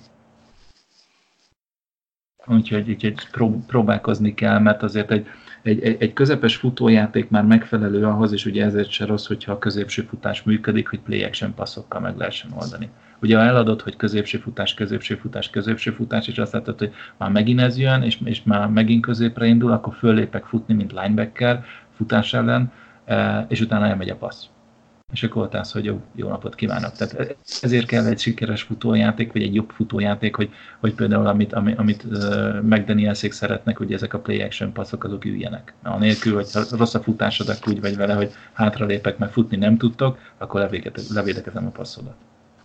Úgyhogy, úgyhogy próbálkozni kell, mert azért egy, egy, egy közepes futójáték már megfelelő ahhoz, és ugye ezért se rossz, hogyha a középső futás működik, hogy play action passzokkal meg lehessen oldani. Ugye ha eladod, hogy középső futás, középső futás, középső futás, és azt látod, hogy már megint ez jön, és, és már megint középre indul, akkor föllépek futni, mint linebacker futás ellen, és utána elmegy a passz. És akkor ott állsz, hogy jó, jó napot kívánok. Tehát ezért kell egy sikeres futójáték, vagy egy jobb futójáték, hogy, hogy például amit, amit uh, McDanielsék szeretnek, hogy ezek a play action passzok azok üljenek. Anélkül, hogy rossz a futásod, akkor úgy vagy vele, hogy hátralépek, mert futni nem tudtok, akkor levédekezem a passzodat.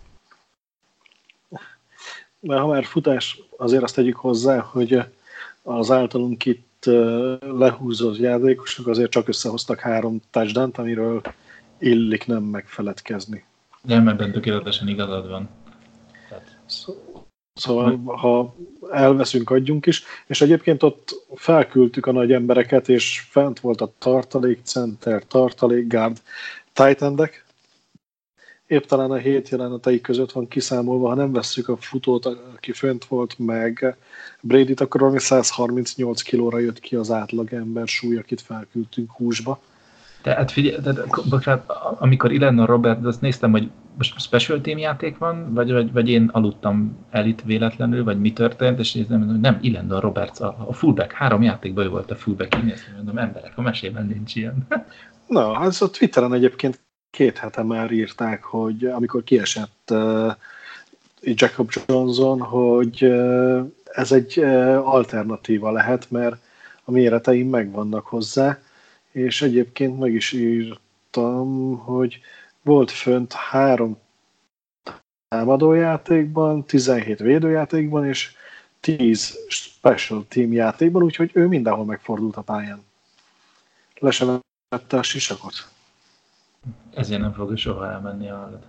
De ha már futás, azért azt tegyük hozzá, hogy az általunk itt lehúzott játékosok azért csak összehoztak három touchdown-t, amiről illik nem megfeledkezni. Nem, ebben tökéletesen igazad van. Tehát... Szóval, ha elveszünk, adjunk is, és egyébként ott felküldtük a nagy embereket, és fent volt a tartalék center, tartalék guard, tight endek. Épp talán a hét jeleneteik között van kiszámolva, ha nem vesszük a futót, aki fönt volt, meg Bradyt, akkor valami száz harmincnyolc kilóra jött ki az átlag ember súly, akit felküldtünk húsba. Tehát figyelj, tehát, amikor Ilennon Robert, azt néztem, hogy most special team játék van, vagy, vagy, vagy én aludtam el itt véletlenül, vagy mi történt, és néztem, hogy nem, Ilennon Roberts, a, a fullback, három játékban ő volt a fullback, én néztem, mondom, emberek, a mesében nincs ilyen. Na, hát a Twitteren egyébként két hete már írták, hogy amikor kiesett uh, Jacob Johnson, hogy uh, ez egy uh, alternatíva lehet, mert a méreteim megvannak hozzá, és egyébként meg is írtam, hogy volt fönt három támadójátékban, tizenhét védőjátékban, és tíz special team játékban, úgyhogy ő mindenhol megfordult a pályán. Le sem vette a sisakot. Ezért nem fog soha elmenni a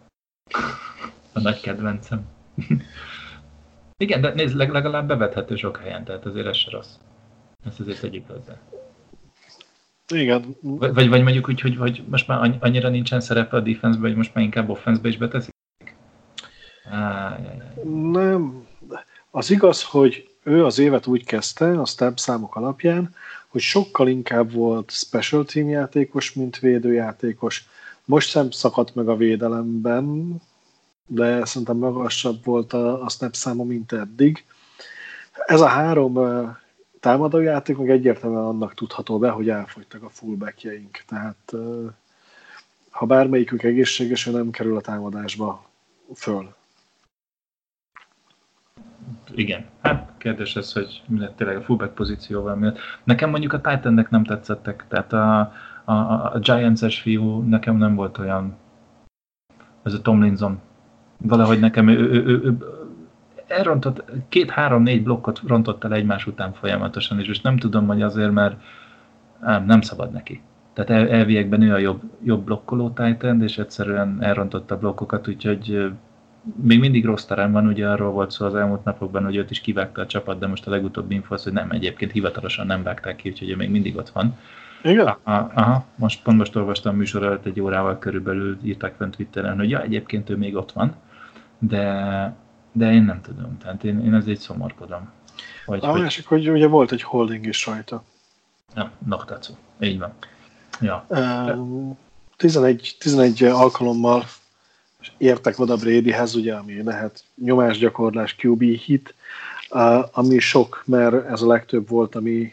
a nagy kedvencem. Igen, de nézd, legalább bevethető sok helyen, tehát azért ez se rossz. Ezt azért tegyük hozzá. Igen. Vagy, vagy mondjuk úgy, hogy, hogy most már annyira nincsen szerepe a defense-be, hogy most már inkább offense-be is beteszik? Nem. Az igaz, hogy ő az évet úgy kezdte, a snap számok alapján, hogy sokkal inkább volt special team játékos, mint védőjátékos. Most sem szakadt meg a védelemben, de szerintem magasabb volt a, a snap száma, mint eddig. Ez a három támadójáték meg egyértelműen annak tudható be, hogy elfogytak a fullbackjeink. Tehát ha bármelyikük egészségesen nem kerül a támadásba föl. Igen. Hát kérdés ez, hogy mi lett tényleg a fullback pozícióval miatt. Nekem mondjuk a tight endek nem tetszettek, tehát a, a, a Giants-es fiú nekem nem volt olyan, ez a Tomlinson. Valahogy nekem ő, ő, ő, ő elrontott, két-három-négy blokkot rontott el egymás után folyamatosan, és most nem tudom, hogy azért, mert ám, nem szabad neki. Tehát el, elviekben ő a jobb, jobb blokkoló tight end, és egyszerűen elrontotta a blokkokat, úgyhogy még mindig rossz terem van, ugye arról volt szó az elmúlt napokban, hogy őt is kivágta a csapat, de most a legutóbbi info az, hogy nem, egyébként hivatalosan nem vágták ki, úgyhogy ő még mindig ott van. Igen? Aha, aha, most pont most olvastam a műsor előtt egy órával körülbelül, írták fent Twitteren, hogy ja, egyébként ő még ott van, de, de én nem tudom, tehát én, én ezért szomorkodom. Hogy, a másik, hogy ugye volt egy holding is rajta. Ja, Noktatsu, így van. Ja. tizenegy, tizenegy alkalommal értek oda Bradyhez, ugye, ami lehet nyomásgyakorlás, kú bé hit, ami sok, mert ez a legtöbb volt, ami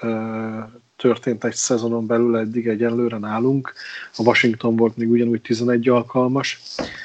történt egy szezonon belül eddig egyenlőre nálunk. A Washington volt még ugyanúgy tizenegy alkalmas,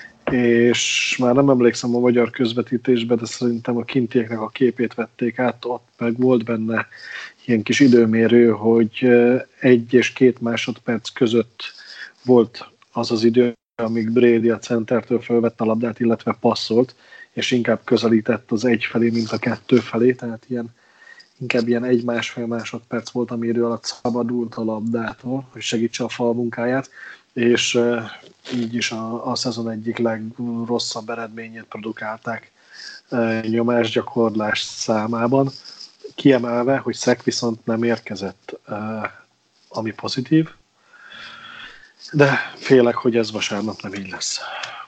és már nem emlékszem a magyar közvetítésbe, de szerintem a kintieknek a képét vették át, ott meg volt benne ilyen kis időmérő, hogy egy és két másodperc között volt az az idő, amíg Brady a centertől fölvette a labdát, illetve passzolt, és inkább közelített az egy felé, mint a kettő felé, tehát ilyen, inkább ilyen egy-másfél másodperc volt, ami idő alatt szabadult a labdától, hogy segítse a fal munkáját, és uh, így is a, a szezon egyik legrosszabb eredményét produkálták uh, nyomásgyakorlás számában, kiemelve, hogy szek viszont nem érkezett, uh, ami pozitív, de félek, hogy ez vasárnap nem így lesz.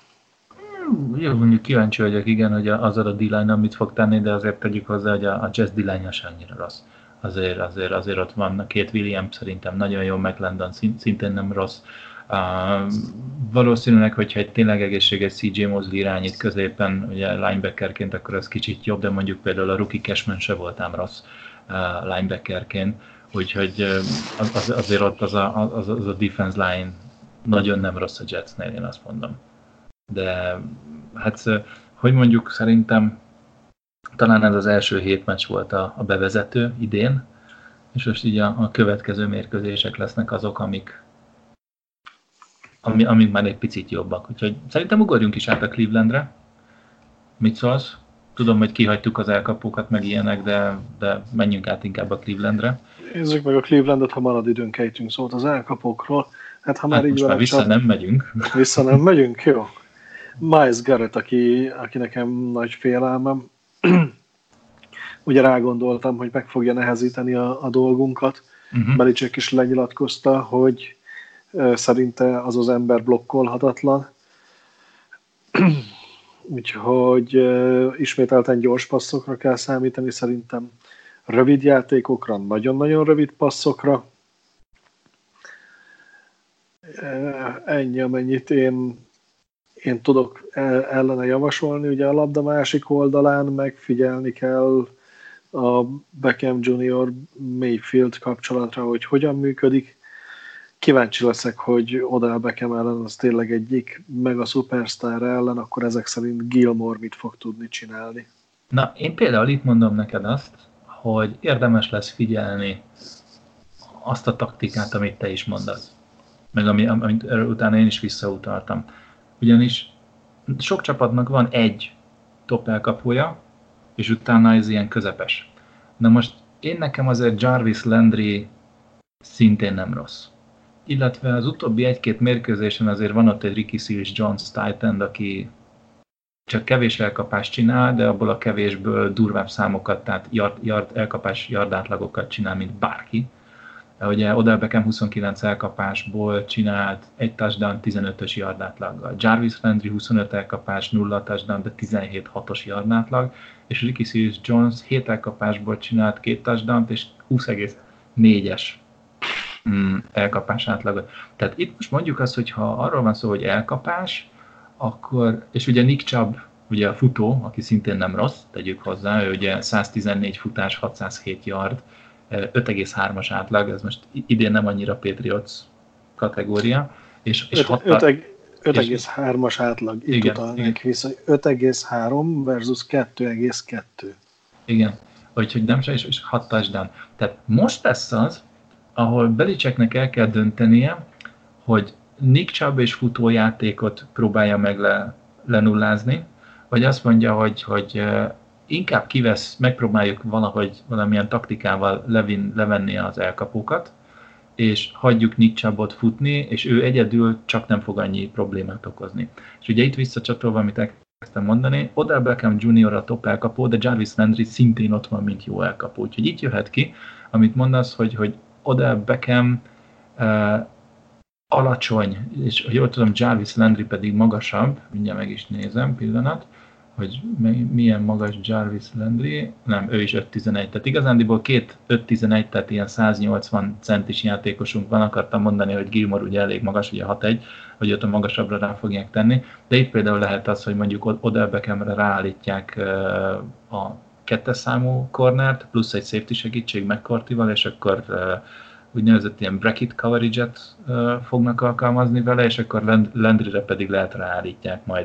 Jó, mondjuk kíváncsi vagyok, igen, hogy azzal a D-line mit fog tenni, de azért tegyük hozzá, hogy a, a Jazz D-line sem annyira rossz. Azért, azért, azért ott van a két Williams szerintem nagyon jó, McLendon szintén nem rossz. Uh, valószínűleg, hogyha egy tényleg egészséges cé jé Mosley irányít középen, ugye linebackerként, akkor az kicsit jobb, de mondjuk például a rookie Cashman se voltám rossz uh, linebackerként, úgyhogy az, az, azért ott az a, az, az a defense line nagyon nem rossz a Jetsnél, én azt mondom. De hát, hogy mondjuk, szerintem talán ez az első hét meccs volt a, a bevezető idén, és most így a, a következő mérkőzések lesznek azok, amik, ami, amik már egy picit jobbak. Úgyhogy szerintem ugorjunk is át a Clevelandre. Mit szólsz? Tudom, hogy kihagytuk az elkapókat, meg ilyenek, de, de menjünk át inkább a Clevelandre. Nézzük meg a Clevelandet, ha marad időnk, ejtünk szót az elkapókról. Hát ha már hát így most már vissza csak... nem megyünk. Vissza nem megyünk? Jó. Myles Garrett, aki, aki nekem nagy félelmem. Ugye rágondoltam, hogy meg fogja nehezíteni a, a dolgunkat. Uh-huh. Belichick is lenyilatkozta, hogy uh, szerinte az az ember blokkolhatatlan. Úgyhogy uh, ismételten gyors passzokra kell számítani, szerintem rövid játékokra, nagyon-nagyon rövid passzokra. Uh, ennyi, amennyit én Én tudok ellene javasolni, ugye a labda másik oldalán megfigyelni kell a Beckham junior Mayfield kapcsolatra, hogy hogyan működik. Kíváncsi leszek, hogy Odell Beckham ellen az tényleg egyik meg a szupersztár ellen, akkor ezek szerint Gilmore mit fog tudni csinálni. Na, én például itt mondom neked azt, hogy érdemes lesz figyelni azt a taktikát, amit te is mondasz. Meg ami, amit utána én is visszautaltam. Ugyanis sok csapatnak van egy top elkapója, és utána ez ilyen közepes. Na most én nekem azért Jarvis Landry szintén nem rossz. Illetve az utóbbi egy-két mérkőzésen azért van ott egy Ricky Seals-Jones tight end, aki csak kevés elkapást csinál, de abból a kevésből durvább számokat, tehát yard, yard, elkapás yardátlagokat csinál, mint bárki. Ugye Odell Beckham huszonkilenc elkapásból csinált egy touchdown tizenötös yardátlaggal. Jarvis Landry huszonöt elkapás, nulla touchdown, de tizenhét hatos yardátlag, és Ricky Seals-Jones hét elkapásból csinált két touchdown és húsz egész négyes mm, elkapás átlagot. Tehát itt most mondjuk azt, hogy ha arról van szó, hogy elkapás, akkor, és ugye Nick Chubb, ugye a futó, aki szintén nem rossz, tegyük hozzá, ő ugye száztizennégy futás, hatszázhét yard, öt egész hármas átlag, ez most idén nem annyira Patriots kategória. És, és öt egész hármas átlag, itt utalnék vissza, öt egész három versus kettő egész kettő. Igen, úgyhogy nem se, és, és hat touchdown. Tehát most lesz az, ahol Belichicknek el kell döntenie, hogy Nick Chubb és futójátékot próbálja meg le lenullázni, vagy azt mondja, hogy, hogy inkább kivesz, megpróbáljuk valahogy valamilyen taktikával levin, levenni az elkapókat, és hagyjuk Nick Chubbot futni, és ő egyedül csak nem fog annyi problémát okozni. És ugye itt visszacsatolva, amit elkezdtem mondani, Odell Beckham junior a top elkapó, de Jarvis Landry szintén ott van, mint jó elkapó. Úgyhogy itt jöhet ki, amit mondasz, hogy, hogy Odell Beckham uh, alacsony, és jól tudom, Jarvis Landry pedig magasabb, mindjárt meg is nézem, pillanat, hogy milyen magas Jarvis Landry, nem, ő is öt tizenegy, tehát igazándiból két öt tizenegy, tehát ilyen száznyolcvan centis játékosunk van, akartam mondani, hogy Gilmore ugye elég magas, ugye hat egy, hogy ott a magasabbra rá fogják tenni, de itt például lehet az, hogy mondjuk Odell Beckhamre ráállítják a kettes számú cornert, plusz egy safety segítség McCourtyval, és akkor úgynevezett ilyen bracket coverage-et fognak alkalmazni vele, és akkor Landryre pedig lehet ráállítják majd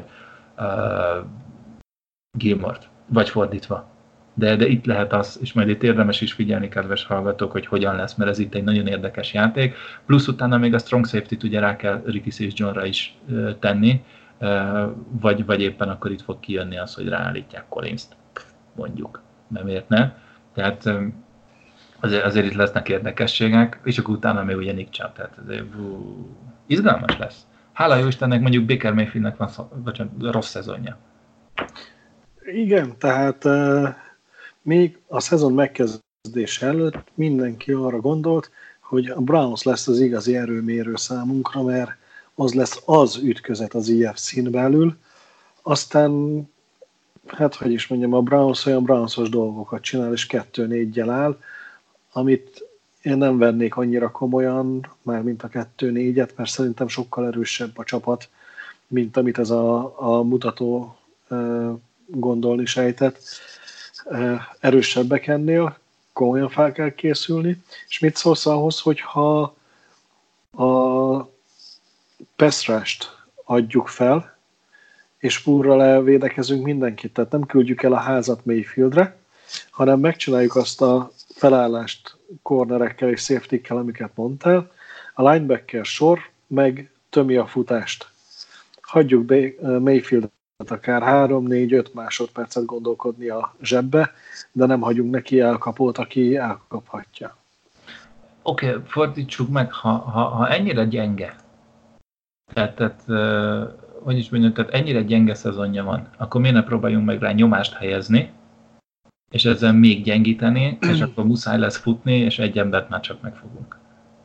Gilmore-t, vagy fordítva. De, de itt lehet az, és majd itt érdemes is figyelni, kedves hallgatók, hogy hogyan lesz, mert ez itt egy nagyon érdekes játék. Plusz utána még a strong safety-t ugye rá kell Ricky Seals-Johnra is uh, tenni, uh, vagy, vagy éppen akkor itt fog kijönni az, hogy ráállítják Collins-t, mondjuk. Nem miért ne? Tehát um, azért, azért itt lesznek érdekességek, és akkor utána még ugye Nick Chubb, tehát azért, uh, izgalmas lesz. Hála jó Istennek, mondjuk Baker Mayfieldnek van vagy rossz szezonja. Igen, tehát uh, még a szezon megkezdése előtt mindenki arra gondolt, hogy a Browns lesz az igazi erőmérő számunkra, mert az lesz az ütközet az í ef cén belül. Aztán, hát hogy is mondjam, a Browns olyan Brownsos dolgokat csinál, és kettő négyel áll, amit én nem vennék annyira komolyan, már mint a kettő négyet, mert szerintem sokkal erősebb a csapat, mint amit ez a, a mutató uh, gondolni sejtett. Erősebbek ennél, komolyan fel kell készülni. És mit szólsz ahhoz, hogyha a pass rush-t adjuk fel, és púrral elvédekezünk mindenkit, tehát nem küldjük el a házat Mayfieldre, hanem megcsináljuk azt a felállást cornerekkel és safety-kkel, amiket mondtál, a linebacker sor meg tömi a futást. Hagyjuk Mayfield akár három négy öt másodpercet gondolkodni a zsebbe, de nem hagyunk neki elkapót, aki elkaphatja. Oké, okay, fordítsuk meg, ha, ha, ha ennyire gyenge, tehát, tehát uh, hogy is mondjam, tehát ennyire gyenge szezonja van, akkor miért ne próbáljunk meg rá nyomást helyezni, és ezzel még gyengíteni, és akkor muszáj lesz futni, és egy embert már csak megfogunk.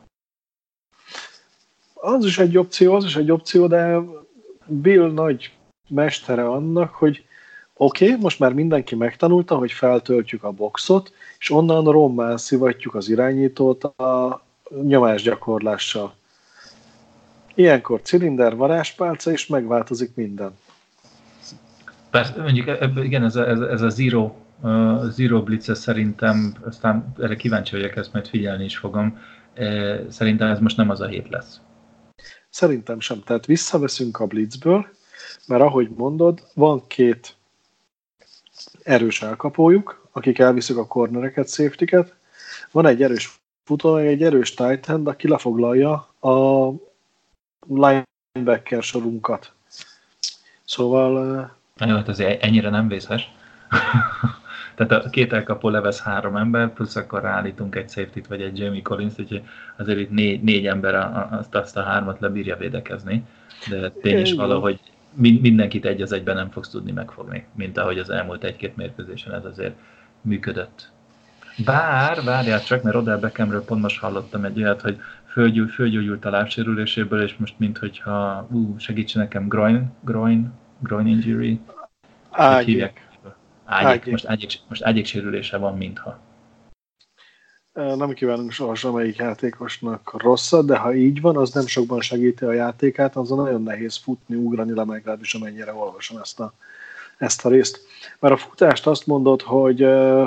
Az is egy opció, az is egy opció, de Bill nagy mestere annak, hogy oké, okay, most már mindenki megtanulta, hogy feltöltjük a boxot, és onnan rommá szivatjuk az irányítót a nyomásgyakorlással. Ilyenkor cilinder, varázspálca, és megváltozik minden. Persze, mondjuk igen, ez a, ez a, ez a zero, uh, zero blitz szerintem, aztán erre kíváncsi vagyok, ezt majd figyelni is fogom, uh, szerintem ez most nem az a hét lesz. Szerintem sem, tehát visszaveszünk a blitzből, mert ahogy mondod, van két erős elkapójuk, akik elviszik a cornereket, safety-ket, van egy erős futó, egy erős tight end, aki lefoglalja a linebacker sorunkat. Szóval... Jó, hát azért ennyire nem vészes. Tehát a két elkapó levesz három ember, plusz akkor ráállítunk egy safety-t vagy egy Jamie Collins, úgyhogy azért itt négy, négy ember azt, azt a hármat lebírja védekezni, de tény is valahogy mindenkit egy az egyben nem fogsz tudni megfogni, mint ahogy az elmúlt egy-két mérkőzésen ez azért működött. Bár, várjál csak, mert Odell Beckhamről pont most hallottam egy olyat, hogy fölgyújt, fölgyógyult a lábsérüléséből, és most minthogyha, ú, segíts nekem, groin, groin, groin injury. Ágyék. Ágyék. Most, ágyék, most ágyék sérülése van, mintha. Nem kívánunk soha semmelyik játékosnak rosszat, de ha így van, az nem sokban segíti a játékát, azon nagyon nehéz futni, ugrani le, legalábbis amennyire olvasom ezt a, ezt a részt. Mert a futást azt mondod, hogy uh,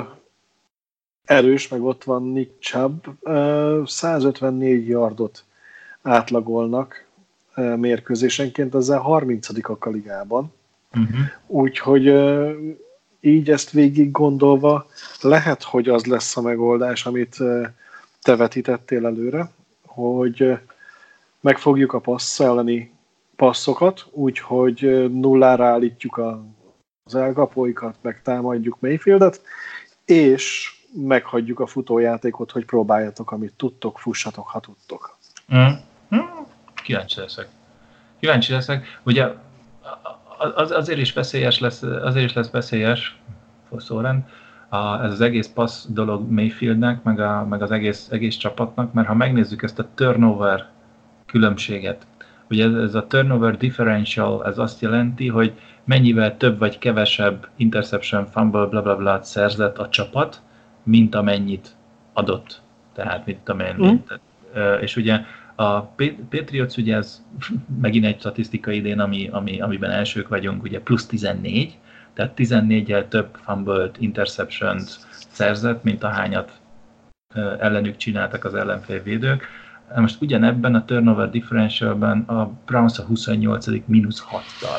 erős, meg ott van Nick Chubb, uh, százötvennégy yardot átlagolnak uh, mérkőzésenként, ezzel harmincadikak a ligában. Uh-huh. Úgyhogy uh, így ezt végig gondolva, lehet, hogy az lesz a megoldás, amit te vetítettél előre, hogy megfogjuk a passz elleni passzokat, úgyhogy nullára állítjuk az elkapóikat, meg támadjuk Mayfieldet, és meghagyjuk a futójátékot, hogy próbáljatok, amit tudtok, fussatok, ha tudtok. Mm. Mm. Kíváncsi leszek. Kíváncsi leszek. Ugye az, azért is veszélyes lesz, azért is lesz veszélyes, Sorrend, a, ez az egész passz dolog Mayfieldnek, meg, a, meg az egész, egész csapatnak, mert ha megnézzük ezt a turnover különbséget, ugye ez, ez a turnover differential, ez azt jelenti, hogy mennyivel több vagy kevesebb interception, fumble, bla bla bla szerzett a csapat, mint amennyit adott. Tehát mit tudom én. Mm. Mint, és ugye a Patriots, ugye ez megint egy statisztika idén, ami, ami, amiben elsők vagyunk, ugye plusz tizennégy, tehát tizennégyel több fumbled, interceptions szerzett, mint ahányat ellenük csináltak az ellenfél védők. Most ugyanebben a turnover differentialben a Browns a huszonnyolcadik mínusz hattal.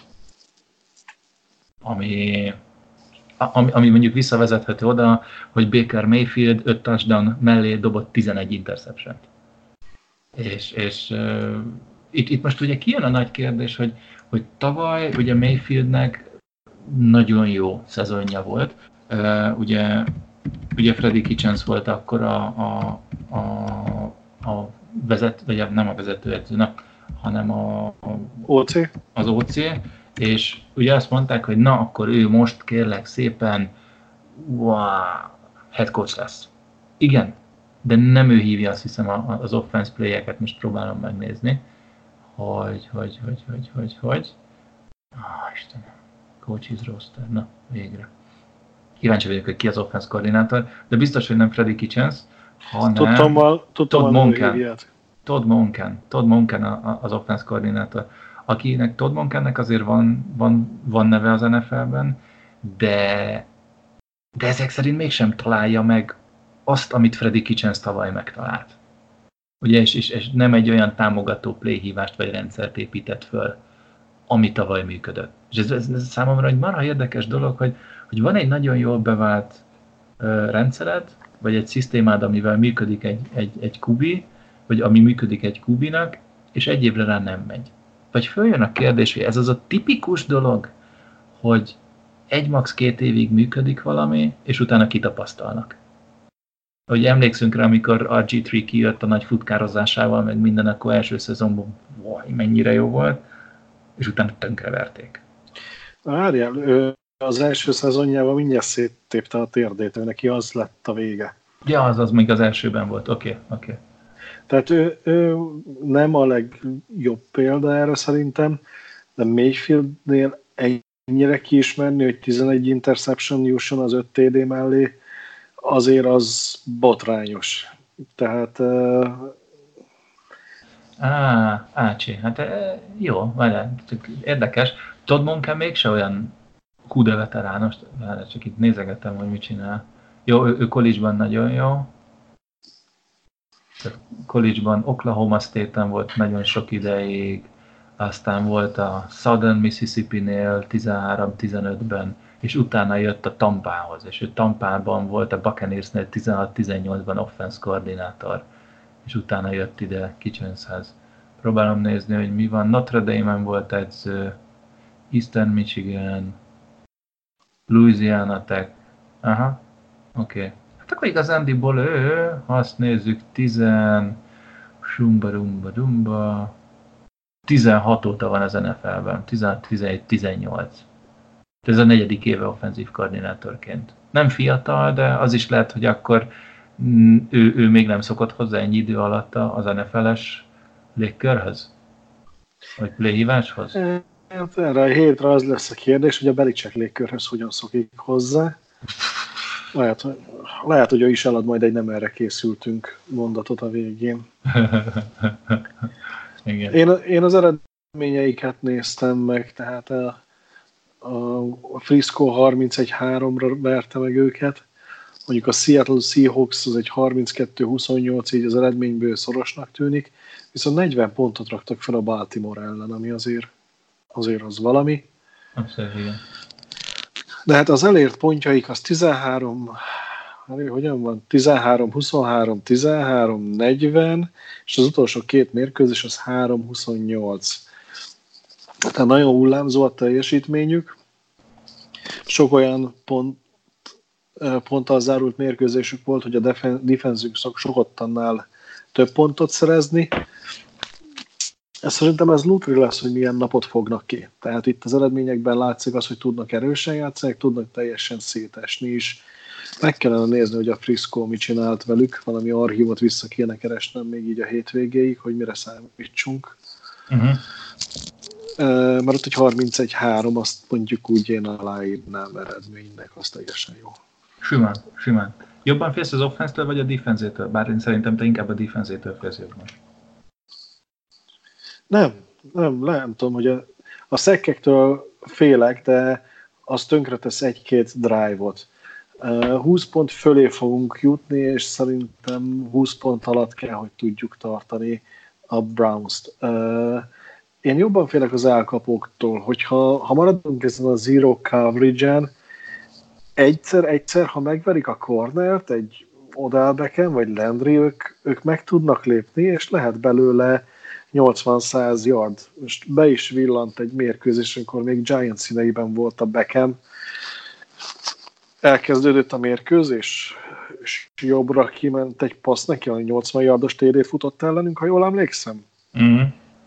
Ami, ami, ami mondjuk visszavezethető oda, hogy Baker Mayfield öt touchdown mellé dobott tizenegy interception-t. És, és uh, itt, itt most ugye kijön a nagy kérdés, hogy, hogy tavaly ugye Mayfieldnek nagyon jó szezonja volt. Uh, ugye, ugye Freddy Kitchens volt akkor a, a, a, a vezet, vagy nem a vezetőedzőnek, hanem a, a, o cé. az o cé, és ugye azt mondták, hogy na, akkor ő most kérlek szépen wow, head coach lesz. Igen, de nem ő hívja, azt hiszem, az offense play-eket, most próbálom megnézni, hogy, hogy, hogy, hogy, hogy, hogy, ah, Istenem, coaches roster, na, végre. Kíváncsi vagyok, hogy ki az offense koordinátor, de biztos, hogy nem Freddy Kitchens, hanem tudtam, tudtam Todd Monken. Todd Monken, Todd Monken az offense koordinátor, akinek Todd Monkennek azért van, van, van neve az en ef el-ben, de, de ezek szerint mégsem találja meg azt, amit Freddy Kitchens tavaly megtalált. Ugye, és, és, és nem egy olyan támogató playhívást vagy rendszert épített föl, ami tavaly működött. És ez, ez, ez számomra egy marha érdekes dolog, hogy, hogy van egy nagyon jól bevált uh, rendszered, vagy egy szisztémád, amivel működik egy, egy, egy kubi, vagy ami működik egy kubinak, és egy évre rá nem megy. Vagy följön a kérdés, hogy ez az a tipikus dolog, hogy egy max két évig működik valami, és utána kitapasztalnak. Hogy emlékszünk rá, amikor a gé három kijött a nagy futkározásával, meg minden, akkor első szezonban vaj, mennyire jó volt, és utána tönkreverték. Várjál, ő az első szezonjában mindjárt széttépte a térdét, ő neki az lett a vége. Ja, az az még az elsőben volt, oké, okay, oké. Okay. Tehát ő, ő nem a legjobb példa erre szerintem, de Mayfieldnél ennyire kiismerni, hogy tizenegy interception jusson az öt té dé mellé, azért az botrányos. Tehát... Uh... Á, ácsi, hát jó, várjál, érdekes. Todd Monken mégse olyan kude veterános, várjál, csak itt nézegetem, hogy mit csinál. Jó, ő, ő college-ban nagyon jó. College-ban Oklahoma State-en volt nagyon sok ideig, aztán volt a Southern Mississippi-nél tizenhárom tizenötben, és utána jött a Tampához, és ő Tampában volt a Buccaneersnél tizenhat tizennyolcban offense koordinátor, és utána jött ide Kitchenshez. Próbálom nézni, hogy mi van. Notre Dame-en volt edző, Eastern Michigan, Louisiana Tech. Aha, oké. Okay. Hát akkor igazándiból ő, ha azt nézzük, tizen... Sumba, rumba, dumba... tizenhat óta van az en ef el-ben, tizenhat tizenegy tizennyolc. Ez a negyedik éve offenzív koordinátorként. Nem fiatal, de az is lehet, hogy akkor ő, ő még nem szokott hozzá ennyi idő alatt az en ef el-es légkörhöz? Vagy playhíváshoz? Hát erre a hétre az lesz a kérdés, hogy a Belichick légkörhöz hogyan szokik hozzá. Lehet, hogy, lehet, hogy ő is elad majd egy nem erre készültünk mondatot a végén. Igen. Én, én az eredményeiket néztem meg, tehát a, a Frisco harmincegy háromra verte meg őket, mondjuk a Seattle Seahawks az egy harminckettő huszonnyolc, így az eredményből szorosnak tűnik, viszont negyven pontot raktak fel a Baltimore ellen, ami azért, azért az valami. Abszolút, igen. De hát az elért pontjaik az tizenhárom, hogyan van? tizenhárom huszonhárom, tizenhárom negyven, és az utolsó két mérkőzés az három huszonnyolc. Tehát nagyon hullámzó a teljesítményük. Sok olyan pont, ponttal zárult mérkőzésük volt, hogy a defenzünk szokott annál több pontot szerezni. Ez szerintem ez lútri lesz, hogy milyen napot fognak ki. Tehát itt az eredményekben látszik az, hogy tudnak erősen játszani, tudnak teljesen szétesni is. Meg kellene nézni, hogy a Frisco mit csinált velük, valami archívot vissza kéne keresnem még így a hétvégéig, hogy mire számítsunk. Uh-huh. Mert ott egy harmincegy három, azt mondjuk úgy én aláírnám eredménynek, az teljesen jó. Simán, simán. Jobban félsz az offense-től, vagy a defense-től? Bár én szerintem te inkább a defense-től félsz jobban. Nem, nem, nem tudom, hogy a, a szekkektől félek, de az tönkretesz egy-két drive-ot. húsz pont fölé fogunk jutni, és szerintem húsz pont alatt kell, hogy tudjuk tartani a Browns-t. Én jobban félek az elkapóktól, hogyha ha maradunk ezen a zero coverage-en, egyszer-egyszer, ha megverik a cornert, egy Odell Beckham vagy Landry, ők, ők meg tudnak lépni, és lehet belőle nyolcvan-száz yard. Most be is villant egy mérkőzés, amikor még Giants színeiben volt a Beckham. Elkezdődött a mérkőzés, és jobbra kiment egy passz neki, a nyolcvan yardos té dét futott ellenünk, ha jól emlékszem. Mm-hmm.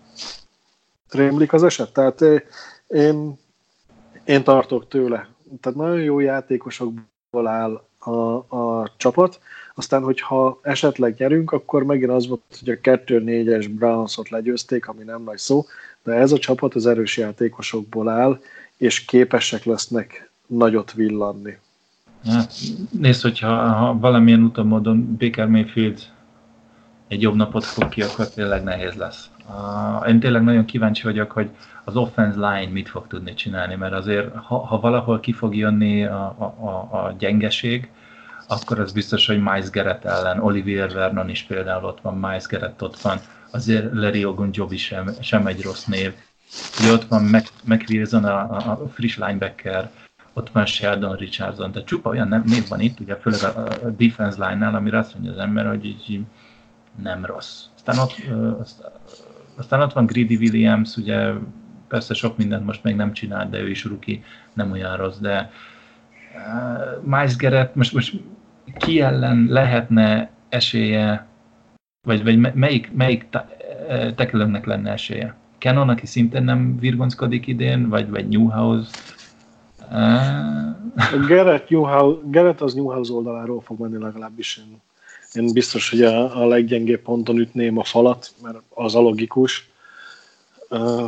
Rémlik az eset? Tehát én, én tartok tőle. Tehát nagyon jó játékosokból áll a, a csapat. Aztán, hogyha esetleg nyerünk, akkor megint az volt, hogy a kettő négyes Brownsot legyőzték, ami nem nagy szó, de ez a csapat az erős játékosokból áll, és képesek lesznek nagyot villanni. Hát, nézd, hogyha ha valamilyen úton módon Baker Mayfield egy jobb napot fog ki, akkor tényleg nehéz lesz. Uh, én tényleg nagyon kíváncsi vagyok, hogy az offense line mit fog tudni csinálni, mert azért, ha, ha valahol ki fog jönni a, a, a gyengeség, akkor az biztos, hogy Myles Garrett ellen, Olivier Vernon is például ott van, Myles Garrett ott van, azért Larry Ogunjobi sem, sem egy rossz név. Ugye ott van Mac, Mac Wilson, a, a friss linebacker, ott van Sheldon Richardson, tehát csupa olyan név van itt, ugye főleg a, a defense line-nál, amire azt mondja az ember, hogy így nem rossz. Aztán ott, aztán ott van Greedy Williams, ugye persze sok mindent most még nem csinál, de ő is rookie, nem olyan rossz, de uh, Myles Garrett, most, most ki ellen lehetne esélye, vagy, vagy melyik, melyik tekülönknek lenne esélye? Cannon, aki szintén nem virgonckodik idén, vagy, vagy Newhouse? Uh... Garrett, Newhouse, Garrett az Newhouse oldaláról fog menni legalábbis. Én, én biztos, hogy a, a leggyengébb ponton ütném a falat, mert az a logikus. Uh...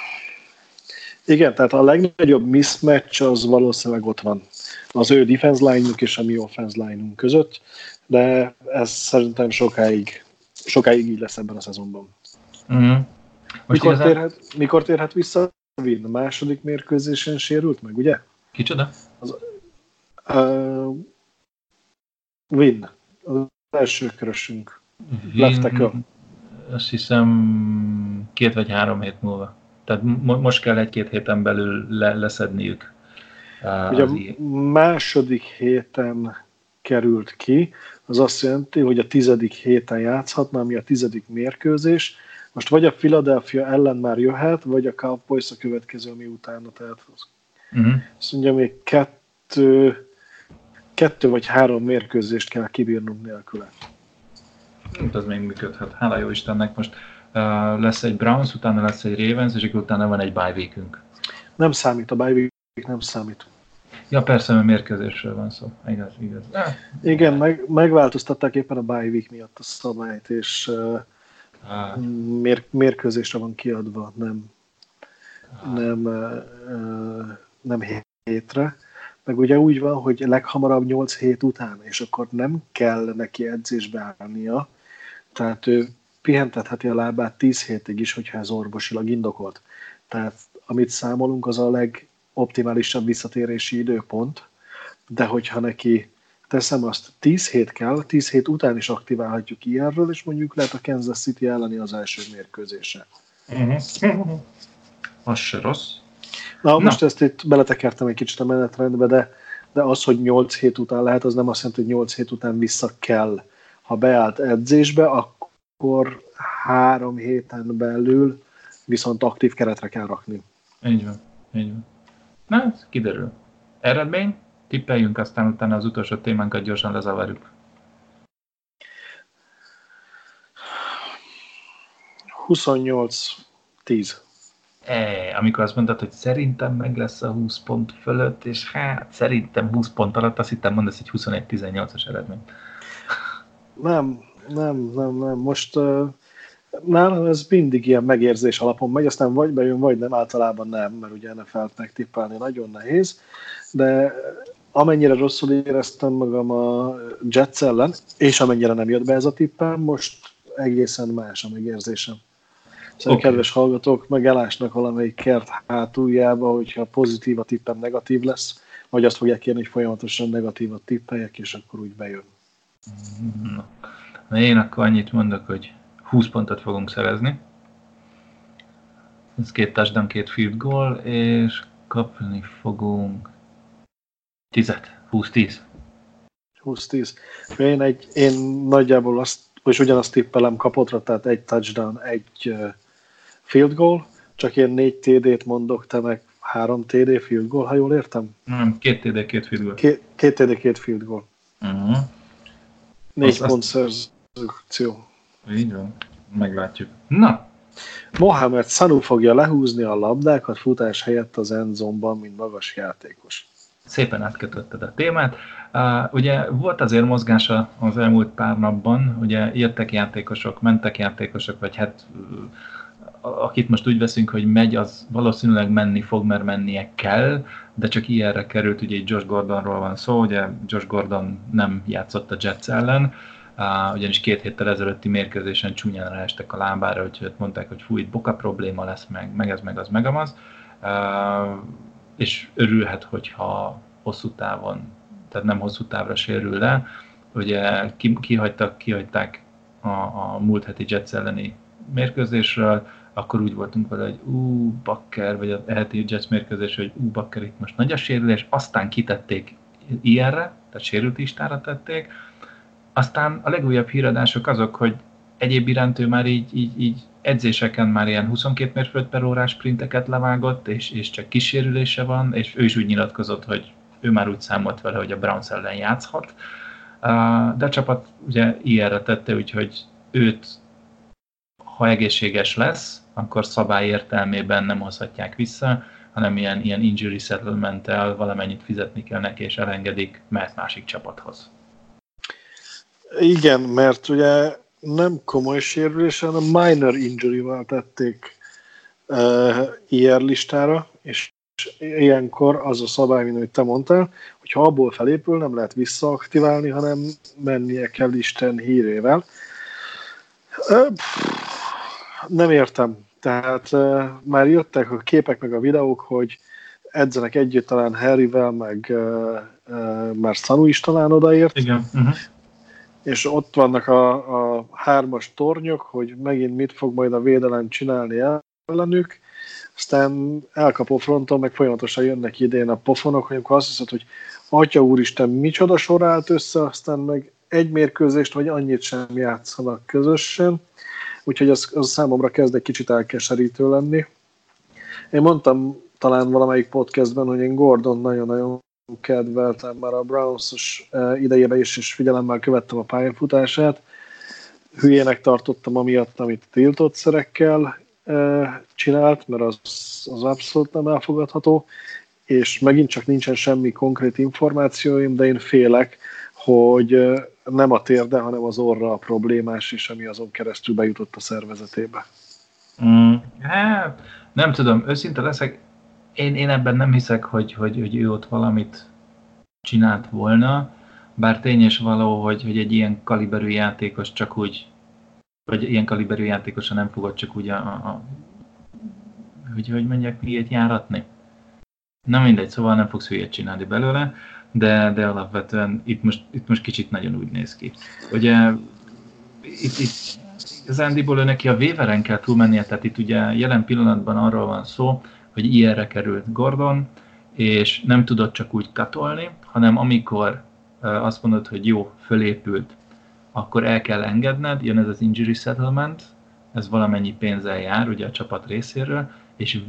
Igen, tehát a legnagyobb mismatch az valószínűleg ott van. Az ő defense line-unk és a mi offense line-unk között, de ez szerintem sokáig, sokáig így lesz ebben a szezonban. Mm-hmm. Mikor, igazán... térhet, mikor térhet vissza Win? A második mérkőzésen sérült meg, ugye? Kicsoda? Az, uh, Win. Az első körösünk. Left tackle. Azt hiszem két vagy három hét múlva. Tehát mo- most kell egy-két héten belül le- leszedniük. Uh, Ugye a i- második héten került ki, az azt jelenti, hogy a tizedik héten játszhatna, ami a tizedik mérkőzés. Most vagy a Philadelphia ellen már jöhet, vagy a Cowboys a következő, ami utána. Tehát uh-huh. Azt mondja, még kettő, kettő vagy három mérkőzést kell kibírnunk nélküle. Ez még működhet. Hála jó Istennek, most uh, lesz egy Browns, utána lesz egy Ravens, és utána van egy bye weekünk. Nem számít, a bye week nem számít. Ja, persze, mert mérkőzésről van szó. Igaz, igaz. Ah. Igen, meg, megváltoztatták éppen a bye week miatt a szabályt, és uh, ah. mér, mérkőzésre van kiadva, nem, ah. nem, uh, nem hétre. Meg ugye úgy van, hogy leghamarabb nyolc hét után, és akkor nem kell neki edzésbe állnia, tehát ő pihentetheti a lábát tíz hétig is, hogyha ez orvosilag indokolt. Tehát amit számolunk, az a legoptimálisabb visszatérési időpont, de hogyha neki, teszem azt, tíz hét kell, tíz hét után is aktiválhatjuk ilyenről, és mondjuk lehet a Kansas City elleni az első mérkőzése. Uh-huh. Az se rossz. Na, Na, most ezt itt beletekertem egy kicsit a menetrendbe, de, de az, hogy nyolc hét után lehet, az nem azt jelenti, hogy nyolc hét után vissza kell. Ha beállt edzésbe, akkor három héten belül viszont aktív keretre kell rakni. Így van, így van. Na, ez kiderül. Eredmény, tippeljünk, aztán utána az utolsó témánkat gyorsan lezavarjuk. huszonnyolc tíz. E, amikor azt mondtad, hogy szerintem meg lesz a húsz pont fölött, és hát szerintem húsz pont alatt, azt hittem mondasz egy huszonegy tizennyolcas eredmény. Nem, nem, nem, nem. Most uh, nálam ez mindig ilyen megérzés alapon megy, aztán vagy bejön, vagy nem, általában nem, mert ugye en ef el-t megtippelni nagyon nehéz, de amennyire rosszul éreztem magam a Jets ellen, és amennyire nem jött be ez a tippem, most egészen más a megérzésem. Szóval okay. Kedves hallgatók, meg elásnak valamelyik kert hátuljába, hogyha pozitív a tippem, negatív lesz, vagy azt fogják kérni, hogy folyamatosan negatívat tippeljek, és akkor úgy bejön. Na, én akkor annyit mondok, hogy húsz pontot fogunk szerezni. Ez két touchdown, két field goal, és kapni fogunk tízet, húsz tíz. húsz tíz. Én, egy, én nagyjából azt, és ugyanazt tippelem kapotra, tehát egy touchdown, egy uh, field goal, csak én négy té dét mondok, te meg három té dé field goal, ha jól értem? Nem, két té dé, két field goal. Két, két té dé, két field goal. Uh-huh. Négy az, pont szerzőkció. Így van, meglátjuk. Na! Mohamed Sanu fogja lehúzni a labdákat futás helyett az endzone-ban, mint magas játékos. Szépen átkötötted a témát. Uh, ugye volt azért mozgása az elmúlt pár napban, ugye jöttek játékosok, mentek játékosok, vagy hát uh, akit most úgy veszünk, hogy megy, az valószínűleg menni fog, mert mennie kell, de csak ilyenre került, ugye egy Josh Gordonról van szó, ugye Josh Gordon nem játszott a Jets ellen, uh, ugyanis két héttel ezelőtti mérkőzésen csúnyán ráestek a lábára, úgyhogy mondták, hogy fú, itt boka probléma lesz, meg, meg ez, meg az, meg az, uh, és örülhet, hogyha hosszú távon, tehát nem hosszú távra sérül le. Ugye kihagytak, kihagyták a, a múlt heti Jets elleni mérkőzésről, akkor úgy voltunk vele, hogy ú, bakker, vagy a heti Jets mérkőzés, hogy ú, bakker, itt most nagy a sérülés, aztán kitették ilyenre, tehát sérült listára tették. Aztán a legújabb híradások azok, hogy egyéb iránt ő már így, így, így edzéseken már ilyen huszonkét mérföld per órás sprinteket levágott, és, és csak kísérülése van, és ő is úgy nyilatkozott, hogy ő már úgy számolt vele, hogy a Browns ellen játszhat. De a csapat ugye ilyenre tette, úgyhogy őt, ha egészséges lesz, akkor szabály értelmében nem hozhatják vissza, hanem ilyen, ilyen injury settlement-tel valamennyit fizetni kell neki, és elengedik, mert másik csapathoz. Igen, mert ugye nem komoly sérülésen, a minor injury-val tették uh, ilyen listára, és ilyenkor az a szabály, mint te mondtál, hogy ha abból felépül, nem lehet visszaaktiválni, hanem mennie kell Isten hírével. Uh, nem értem. Tehát uh, már jöttek a képek meg a videók, hogy edzenek együtt talán Harryvel, meg uh, uh, már Sanu is talán odaért. Igen. Uh-huh. És ott vannak a, a hármas tornyok, hogy megint mit fog majd a védelem csinálni ellenük, aztán elkapó fronton meg folyamatosan jönnek idén a pofonok, hogy amikor azt hiszed, hogy Atya úristen, micsoda sor állt össze, aztán meg egy mérkőzést vagy annyit sem játszanak közösen, úgyhogy az, az számomra kezd egy kicsit elkeserítő lenni. Én mondtam talán valamelyik podcastben, hogy én Gordon nagyon-nagyon kedveltem már a Browns-os idejében is, és figyelemmel követtem a pályafutását. Hülyének tartottam amiatt, amit tiltott szerekkel csinált, mert az, az abszolút nem elfogadható, és megint csak nincsen semmi konkrét információim, de én félek, hogy nem a térde, hanem az orra a problémás, és ami azon keresztül bejutott a szervezetébe. Mm, hát, nem tudom, őszinte leszek, Én, én ebben nem hiszek, hogy, hogy, hogy ő ott valamit csinált volna, bár tény és való, hogy, hogy egy ilyen kaliberű játékos csak úgy, vagy ilyen kaliberű játékosa nem fogod csak úgy a, a, a hogy, hogy mondják, ilyet járatni. Na mindegy, szóval nem fogsz hülyet csinálni belőle, de, de alapvetően itt most, itt most kicsit nagyon úgy néz ki. Ugye itt, itt igazándiból ő neki a waiveren kell túlmennie, tehát itt ugye jelen pillanatban arról van szó, hogy ilyenre került Gordon, és nem tudod csak úgy katolni, hanem amikor uh, azt mondod, hogy jó, fölépült, akkor el kell engedned, jön ez az injury settlement, ez valamennyi pénzzel jár, ugye a csapat részéről, és vi-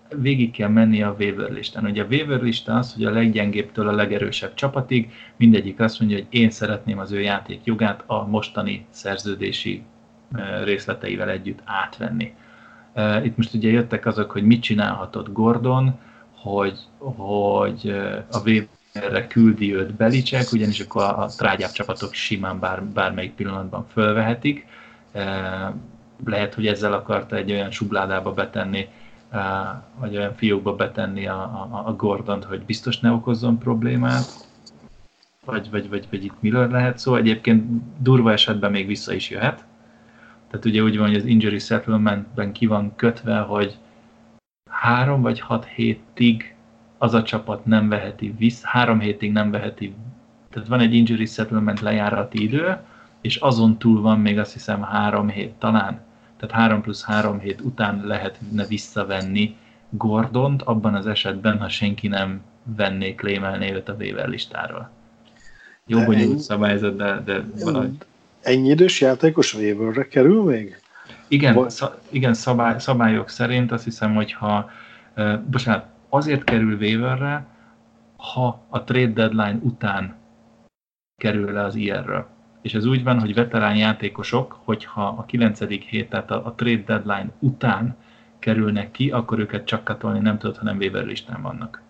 végig kell menni a waiver listán. Ugye a waiver lista az, hogy a leggyengébbtől a legerősebb csapatig mindegyik azt mondja, hogy én szeretném az ő játékjogát a mostani szerződési részleteivel együtt átvenni. Itt most ugye jöttek azok, hogy mit csinálhatott Gordon, hogy, hogy a waiverre küldi őt Belichick, ugyanis akkor a trágyább csapatok simán bár, bármelyik pillanatban fölvehetik. Lehet, hogy ezzel akarta egy olyan subládába betenni, vagy olyan fiókba betenni a, a, a Gordont, hogy biztos ne okozzon problémát, vagy, vagy, vagy, vagy itt Miller lehet szó. Egyébként durva esetben még vissza is jöhet. Tehát ugye úgy van, hogy az injury settlementben ki van kötve, hogy három vagy hat hétig az a csapat nem veheti vissza, három hétig nem veheti, tehát van egy injury settlement lejárati idő, és azon túl van még azt hiszem három hét talán, tehát három plusz három hét után lehetne visszavenni Gordont, abban az esetben, ha senki nem venné, claimelné őt a waiver listáról. Jó bonyolult szabályzat, de, de valahogy... Ennyi idős játékos waiverre kerül még? Igen, sz, igen szabály, szabályok szerint azt hiszem, hogy ha, uh, bocsánat, azért kerül waiverre, ha a trade deadline után kerül le az i er-ről. És ez úgy van, hogy veterán játékosok, hogyha a kilencedik hét, tehát a, a trade deadline után kerülnek ki, akkor őket csak katolni nem tudod, hanem waiver listán vannak.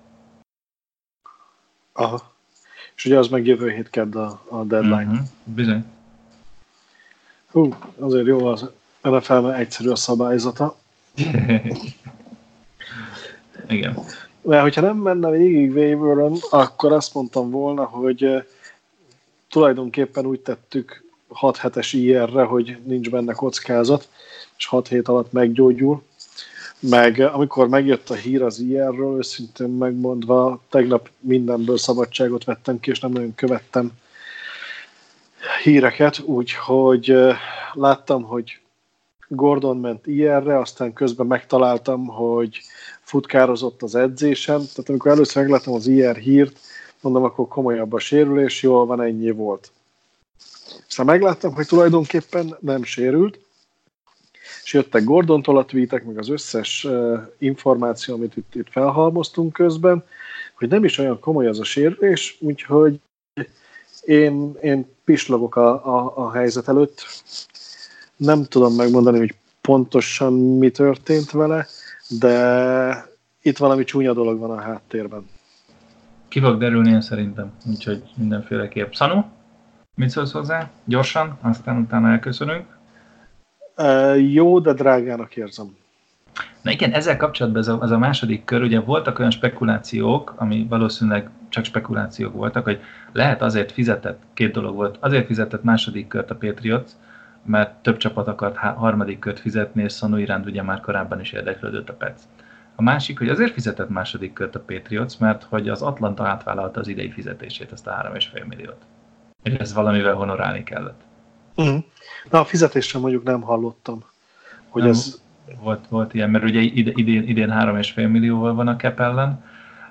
Aha. És ugye az meg jövő hét kedd a, a deadline. Uh-huh. Bizony. Hú, azért jó az en ef el-ben egyszerű a szabályzata. Igen. Mert hogyha nem menne végig waiveren, akkor azt mondtam volna, hogy uh, tulajdonképpen úgy tettük hat hetes i er-re, hogy nincs benne kockázat, és hat hét alatt meggyógyul. Meg amikor megjött a hír az i er-ről, őszintén megmondva, tegnap mindenből szabadságot vettem ki, és nem nagyon követtem híreket, úgyhogy uh, láttam, hogy Gordon ment i er-re, aztán közben megtaláltam, hogy futkározott az edzésen, tehát amikor először megláttam az i er hírt, mondom, akkor komolyabb a sérülés, jól van, ennyi volt. Aztán megláttam, hogy tulajdonképpen nem sérült, és jöttek Gordontól a tweetek, meg az összes uh, információ, amit itt, itt felhalmoztunk közben, hogy nem is olyan komoly az a sérülés, úgyhogy én, én pislogok a, a, a helyzet előtt. Nem tudom megmondani, hogy pontosan mi történt vele, de itt valami csúnya dolog van a háttérben. Ki fog derülni én szerintem, úgyhogy mindenféleképp. Szanu, mit szólsz hozzá? Gyorsan, aztán utána elköszönünk. Uh, jó, de drágának érzem. Na igen, ezzel kapcsolatban ez a, az a második kör, ugye voltak olyan spekulációk, ami valószínűleg csak spekulációk voltak, hogy lehet azért fizetett, két dolog volt, azért fizetett második kört a Patriots, mert több csapat akart há- harmadik kört fizetni, és Szanu iránt ugye már korábban is érdeklődött a Pets. A másik, hogy azért fizetett második kört a Patriots, mert hogy az Atlanta átvállalta az idei fizetését, azt a három egész öt milliót. És ez valamivel honorálni kellett. Uh-huh. Na, a fizetésre mondjuk nem hallottam, hogy nem, ez... Volt, volt ilyen, mert ugye idén, idén három egész öt millióval van a cap ellen,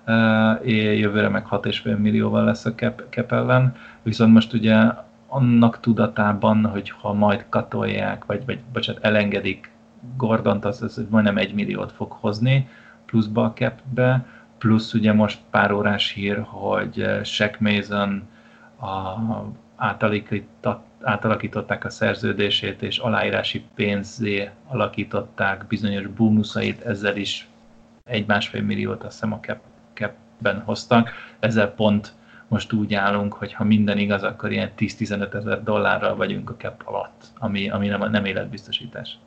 jövőre meg hat egész öt millióval lesz a cap, cap ellen, viszont most ugye annak tudatában, hogy ha majd katolják, vagy, vagy bocsánat, elengedik Gordont, az, az majdnem egy milliót fog hozni pluszba a capbe, plusz ugye most pár órás hír, hogy Shaq Mason a, átalakított, átalakították a szerződését, és aláírási pénzé alakították bizonyos bónuszait, ezzel is egy-másfél milliót azt hiszem a cap, capben hoztak. Ezzel pont most úgy állunk, hogy ha minden igaz, akkor ilyen tíz-tizenöt ezer dollárral vagyunk a cap alatt, ami, ami nem, nem életbiztosítás.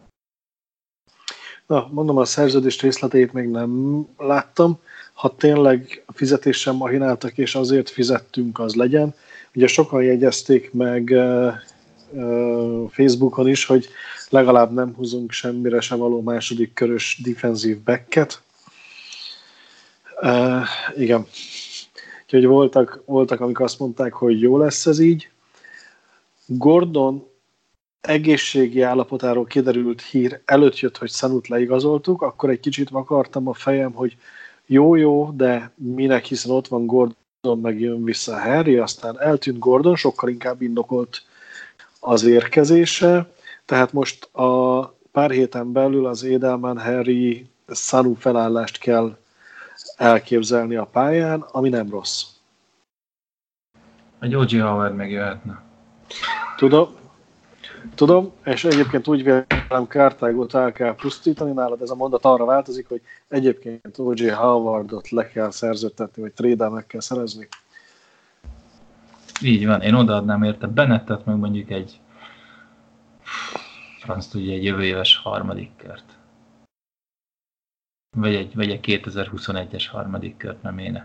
Na, mondom, a szerződés részleteit még nem láttam. Ha tényleg a fizetéssel mahináltak, és azért fizettünk, az legyen. Ugye sokan jegyezték meg uh, uh, Facebookon is, hogy legalább nem húzunk semmire se való második körös defensive backet. Uh, igen. Úgyhogy voltak, voltak, amik azt mondták, hogy jó lesz ez így. Gordon egészségi állapotáról kiderült hír előtt jött, hogy Sanut leigazoltuk, akkor egy kicsit vakartam a fejem, hogy jó-jó, de minek, hiszen ott van Gordon, meg jön vissza Harry, aztán eltűnt Gordon, sokkal inkább indokolt az érkezése, tehát most a pár héten belül az Edelman Harry szarú felállást kell elképzelni a pályán, ami nem rossz. Egy o gé Howard megjöhetne. Tudom, tudom, és egyébként úgy vélem, Kártágot el kell pusztítani, nálad ez a mondat arra változik, hogy egyébként o gé Howardot le kell szerződtetni, vagy trade-el meg kell szerezni. Így van, én odaadnám érte Bennettet, meg mondjuk egy franc tudja, egy jövő éves harmadik kört. Vagy egy, vagy egy kétezer-huszonegyes harmadik kört, nem éne.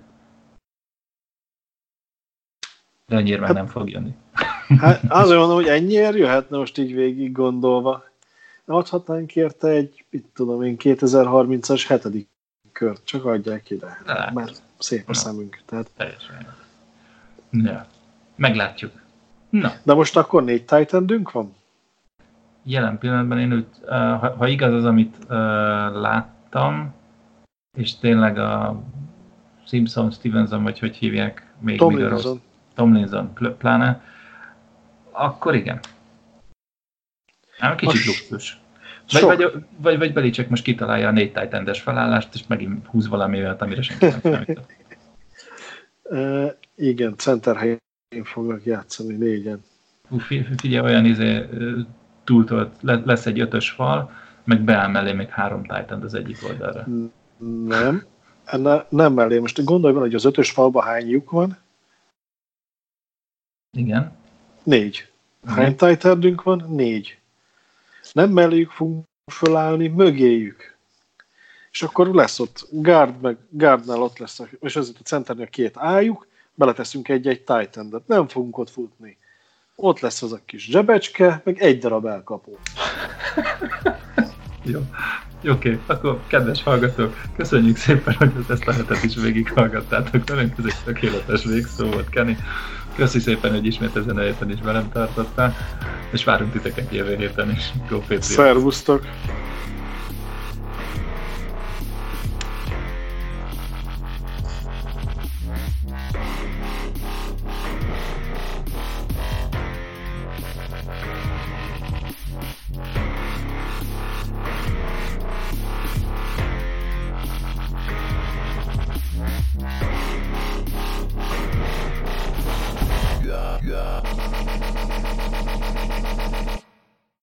De annyira meg nem fog jönni. Hát azért mondom, hogy ennyiért jöhetne most így végig gondolva. Adhatnánk érte egy, mit tudom én, kétezer-harmincas hetedik kört, csak adják ide. Lát. Mert szép a No. szemünk. Tehát... Teljesen. Ja. Meglátjuk. Na. De most akkor négy Titan-dünk van? Jelen pillanatban én őt, uh, ha, ha igaz az, amit uh, láttam, és tényleg a Simpson, Stevenson, vagy hogy hívják még Tomlinson. Tomlinson pláne, akkor igen. Ám kicsit luxus. Vagy, vagy, vagy, vagy Belichick most kitalálja a négy Titan-es felállást, és megint húz valamivel, amire senki nem számított. uh, igen, center helyén fognak játszani négyen. Hú, figyelj, olyan izé, túltolt, lesz egy ötös fal, meg beáll mellé még három Titan az egyik oldalra. Nem, ne, nem mellé. Most gondolj bele, hogy az ötös falban hány lyuk van? Igen. Négy. Hány Titanünk van? Négy. Nem melléjük fogunk fölállni, mögéjük. És akkor lesz ott guard, meg guardnál ott lesz, és azért a centernél két ájuk, beleteszünk egy-egy Titan-et. Nem fogunk ott futni. Ott lesz az a kis zsebecske, meg egy darab elkapó. Jó. Oké, okay, akkor kedves hallgatók, köszönjük szépen, hogy ezt a hetet is végighallgattátok velünk, ez egy tökéletes végszó volt, Kenny. Köszi szépen, hogy ismét ezen a héten is velem tartottál, és várunk titeket jövő héten is. Go Patriots! Szervusztok!